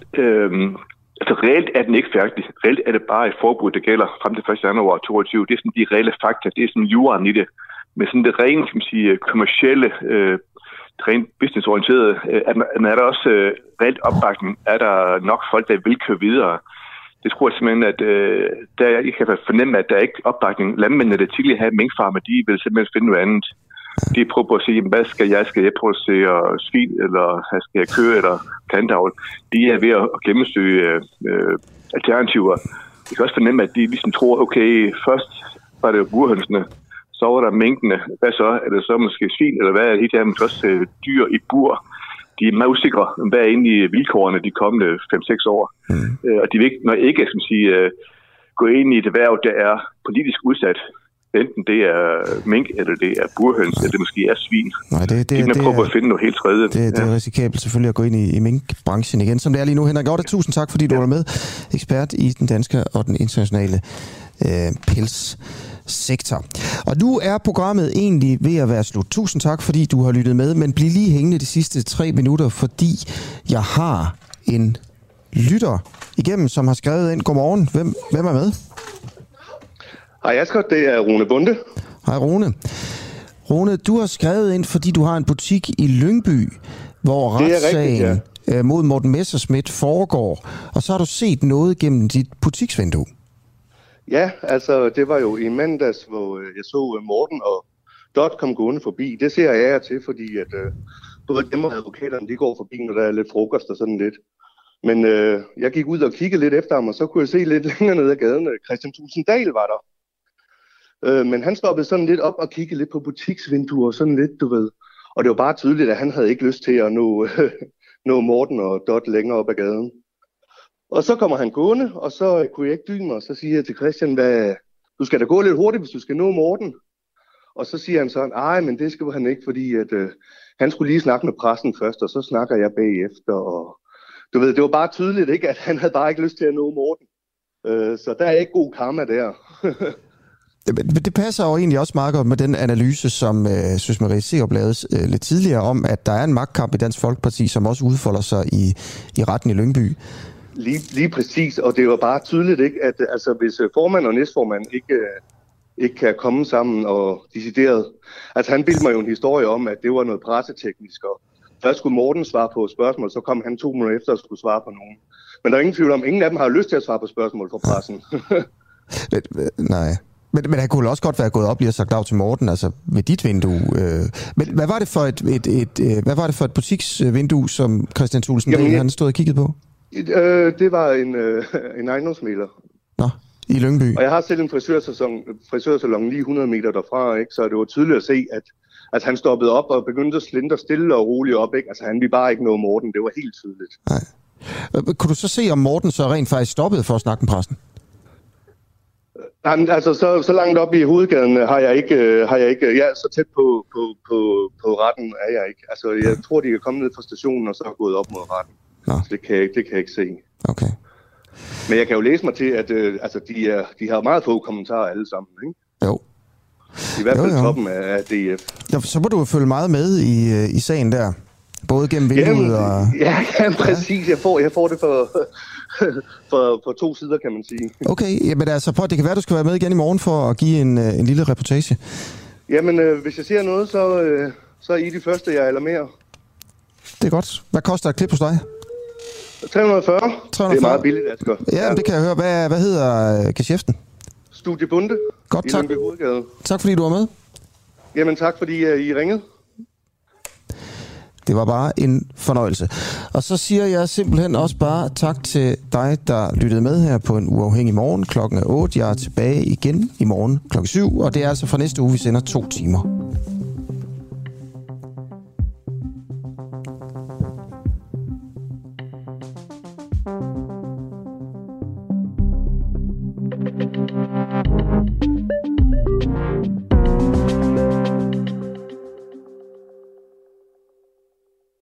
Altså reelt er den ikke færdig. Reelt er det bare et forbud, der gælder frem til 1. januar 2022. Det er sådan de reelle fakta, det er sådan juraen i det. Men sådan det rent, kan man sige, kommercielle, rent businessorienterede, er der også reelt opbakning. Er der nok folk, der vil køre videre? Det tror jeg simpelthen, at jeg kan fornemme, at der er ikke opbakning. Landmændene, der tidligere havde minkfarmer, de vil simpelthen finde noget andet. De prøver på at sige, hvad skal jeg producere svin, eller skal jeg køer, eller plantavl. De er ved at gennemsøge alternativer. Jeg kan også fornemme, at de ligesom tror, okay, først var det burhønsene, så var der minkene. Hvad så? Er det så måske svin, eller hvad er det? Helt andet også dyr i bur. De er meget usikre, hvad er egentlig vilkårene de kommende 5-6 år. Og de vil ikke, når ikke skal man sige, gå ind i et erhverv, der er politisk udsat. Enten det er mink, eller det er burhøns, eller det måske er svin. Nej, de prøver at finde noget helt tredje. Det er risikabelt selvfølgelig at gå ind i minkbranchen igen, som det er lige nu. Henrik Otte, tusind tak, fordi du var med. Ekspert i den danske og den internationale pelssektor. Og nu er programmet egentlig ved at være slut. Tusind tak, fordi du har lyttet med, men bliv lige hængende de sidste 3 minutter, fordi jeg har en lytter igennem, som har skrevet ind. Godmorgen. Hvem er med? Hej Asger, det er Rune Bunde. Hej Rune. Rune, du har skrevet ind, fordi du har en butik i Lyngby, hvor retssagen mod Morten Messerschmidt foregår, og så har du set noget gennem dit butiksvindue. Ja, altså det var jo i mandags, hvor jeg så Morten og Dot kom gående forbi. Det ser jeg af til, fordi at både dem og advokaterne, de går forbi, når der er lidt frokost og sådan lidt. Men jeg gik ud og kiggede lidt efter ham, og så kunne jeg se lidt længere ned ad gaden, Christian Thulesen Dahl var der. Men han stoppede sådan lidt op og kiggede lidt på butiksvinduer og sådan lidt, du ved. Og det var bare tydeligt, at han havde ikke lyst til at nå Morten og Dot længere op ad gaden. Og så kommer han gående, og så kunne jeg ikke dyne mig, og så siger jeg til Christian, du skal da gå lidt hurtigt, hvis du skal nå Morten. Og så siger han sådan, nej, men det skal han ikke, fordi at, han skulle lige snakke med pressen først, og så snakker jeg bagefter. Og du ved, det var bare tydeligt, ikke, at han havde bare ikke lyst til at nå Morten. Så der er ikke god karma der. Det passer jo egentlig også meget godt med den analyse, som Søs Marie Serup lavede lidt tidligere om, at der er en magtkamp i Dansk Folkeparti, som også udfolder sig i retten i Lyngby. Lige præcis, og det var bare tydeligt, ikke, at altså, hvis formand og næstformand ikke kan komme sammen og decideret. Altså han bildte mig jo en historie om, at det var noget presseteknisk, og først skulle Morten svare på spørgsmål, så kom han 2 minutter efter og skulle svare på nogen. Men der er ingen tvivl om, ingen af dem har lyst til at svare på spørgsmål fra pressen. Nej. Men han kunne også godt være gået op lige og sagt af til Morten, altså ved dit vindue. Men hvad var det for et butiksvindue, som Christian Thulesen Dahl han stod og kiggede på? Det var en ejendomsmægler. Nå, i Lyngby. Og jeg har selv en frisørsalon lige 100 meter derfra, ikke? Så det var tydeligt at se, at han stoppede op og begyndte at slindre stille og roligt op, ikke? Altså han ville bare ikke nå Morten, det var helt tydeligt. Nej. Kunne du så se, om Morten så rent faktisk stoppede for at snakke med pressen? Jamen, altså så langt op i hovedgaden har jeg ikke, ja, så tæt på retten er jeg ikke. Altså jeg tror, de er kommet ned fra stationen og så er gået op mod retten. Så det kan jeg ikke se. Okay. Men jeg kan jo læse mig til, at altså, de har meget få kommentarer alle sammen, ikke? Jo. I hvert fald toppen af DF. Ja, så må du følge meget med i sagen der. Både gennem vinduet og... Ja, præcis. Jeg får det for 2 sider, kan man sige. Okay, men altså prøv, det kan være, du skal være med igen i morgen for at give en lille reportage. Jamen, hvis jeg ser noget, så er I de første, jeg alarmerer. Det er godt. Hvad koster et klip hos dig? 340. Det er meget billigt, Asger. Ja, det kan jeg høre. Hvad hedder geschæften? Studie Bunde. Godt, tak. Tak fordi du var med. Jamen, tak fordi I ringede. Det var bare en fornøjelse. Og så siger jeg simpelthen også bare tak til dig, der lyttede med her på en uafhængig morgen. Klokken er 8. Jeg er tilbage igen i morgen klokken 7. Og det er altså fra næste uge, vi sender 2 timer.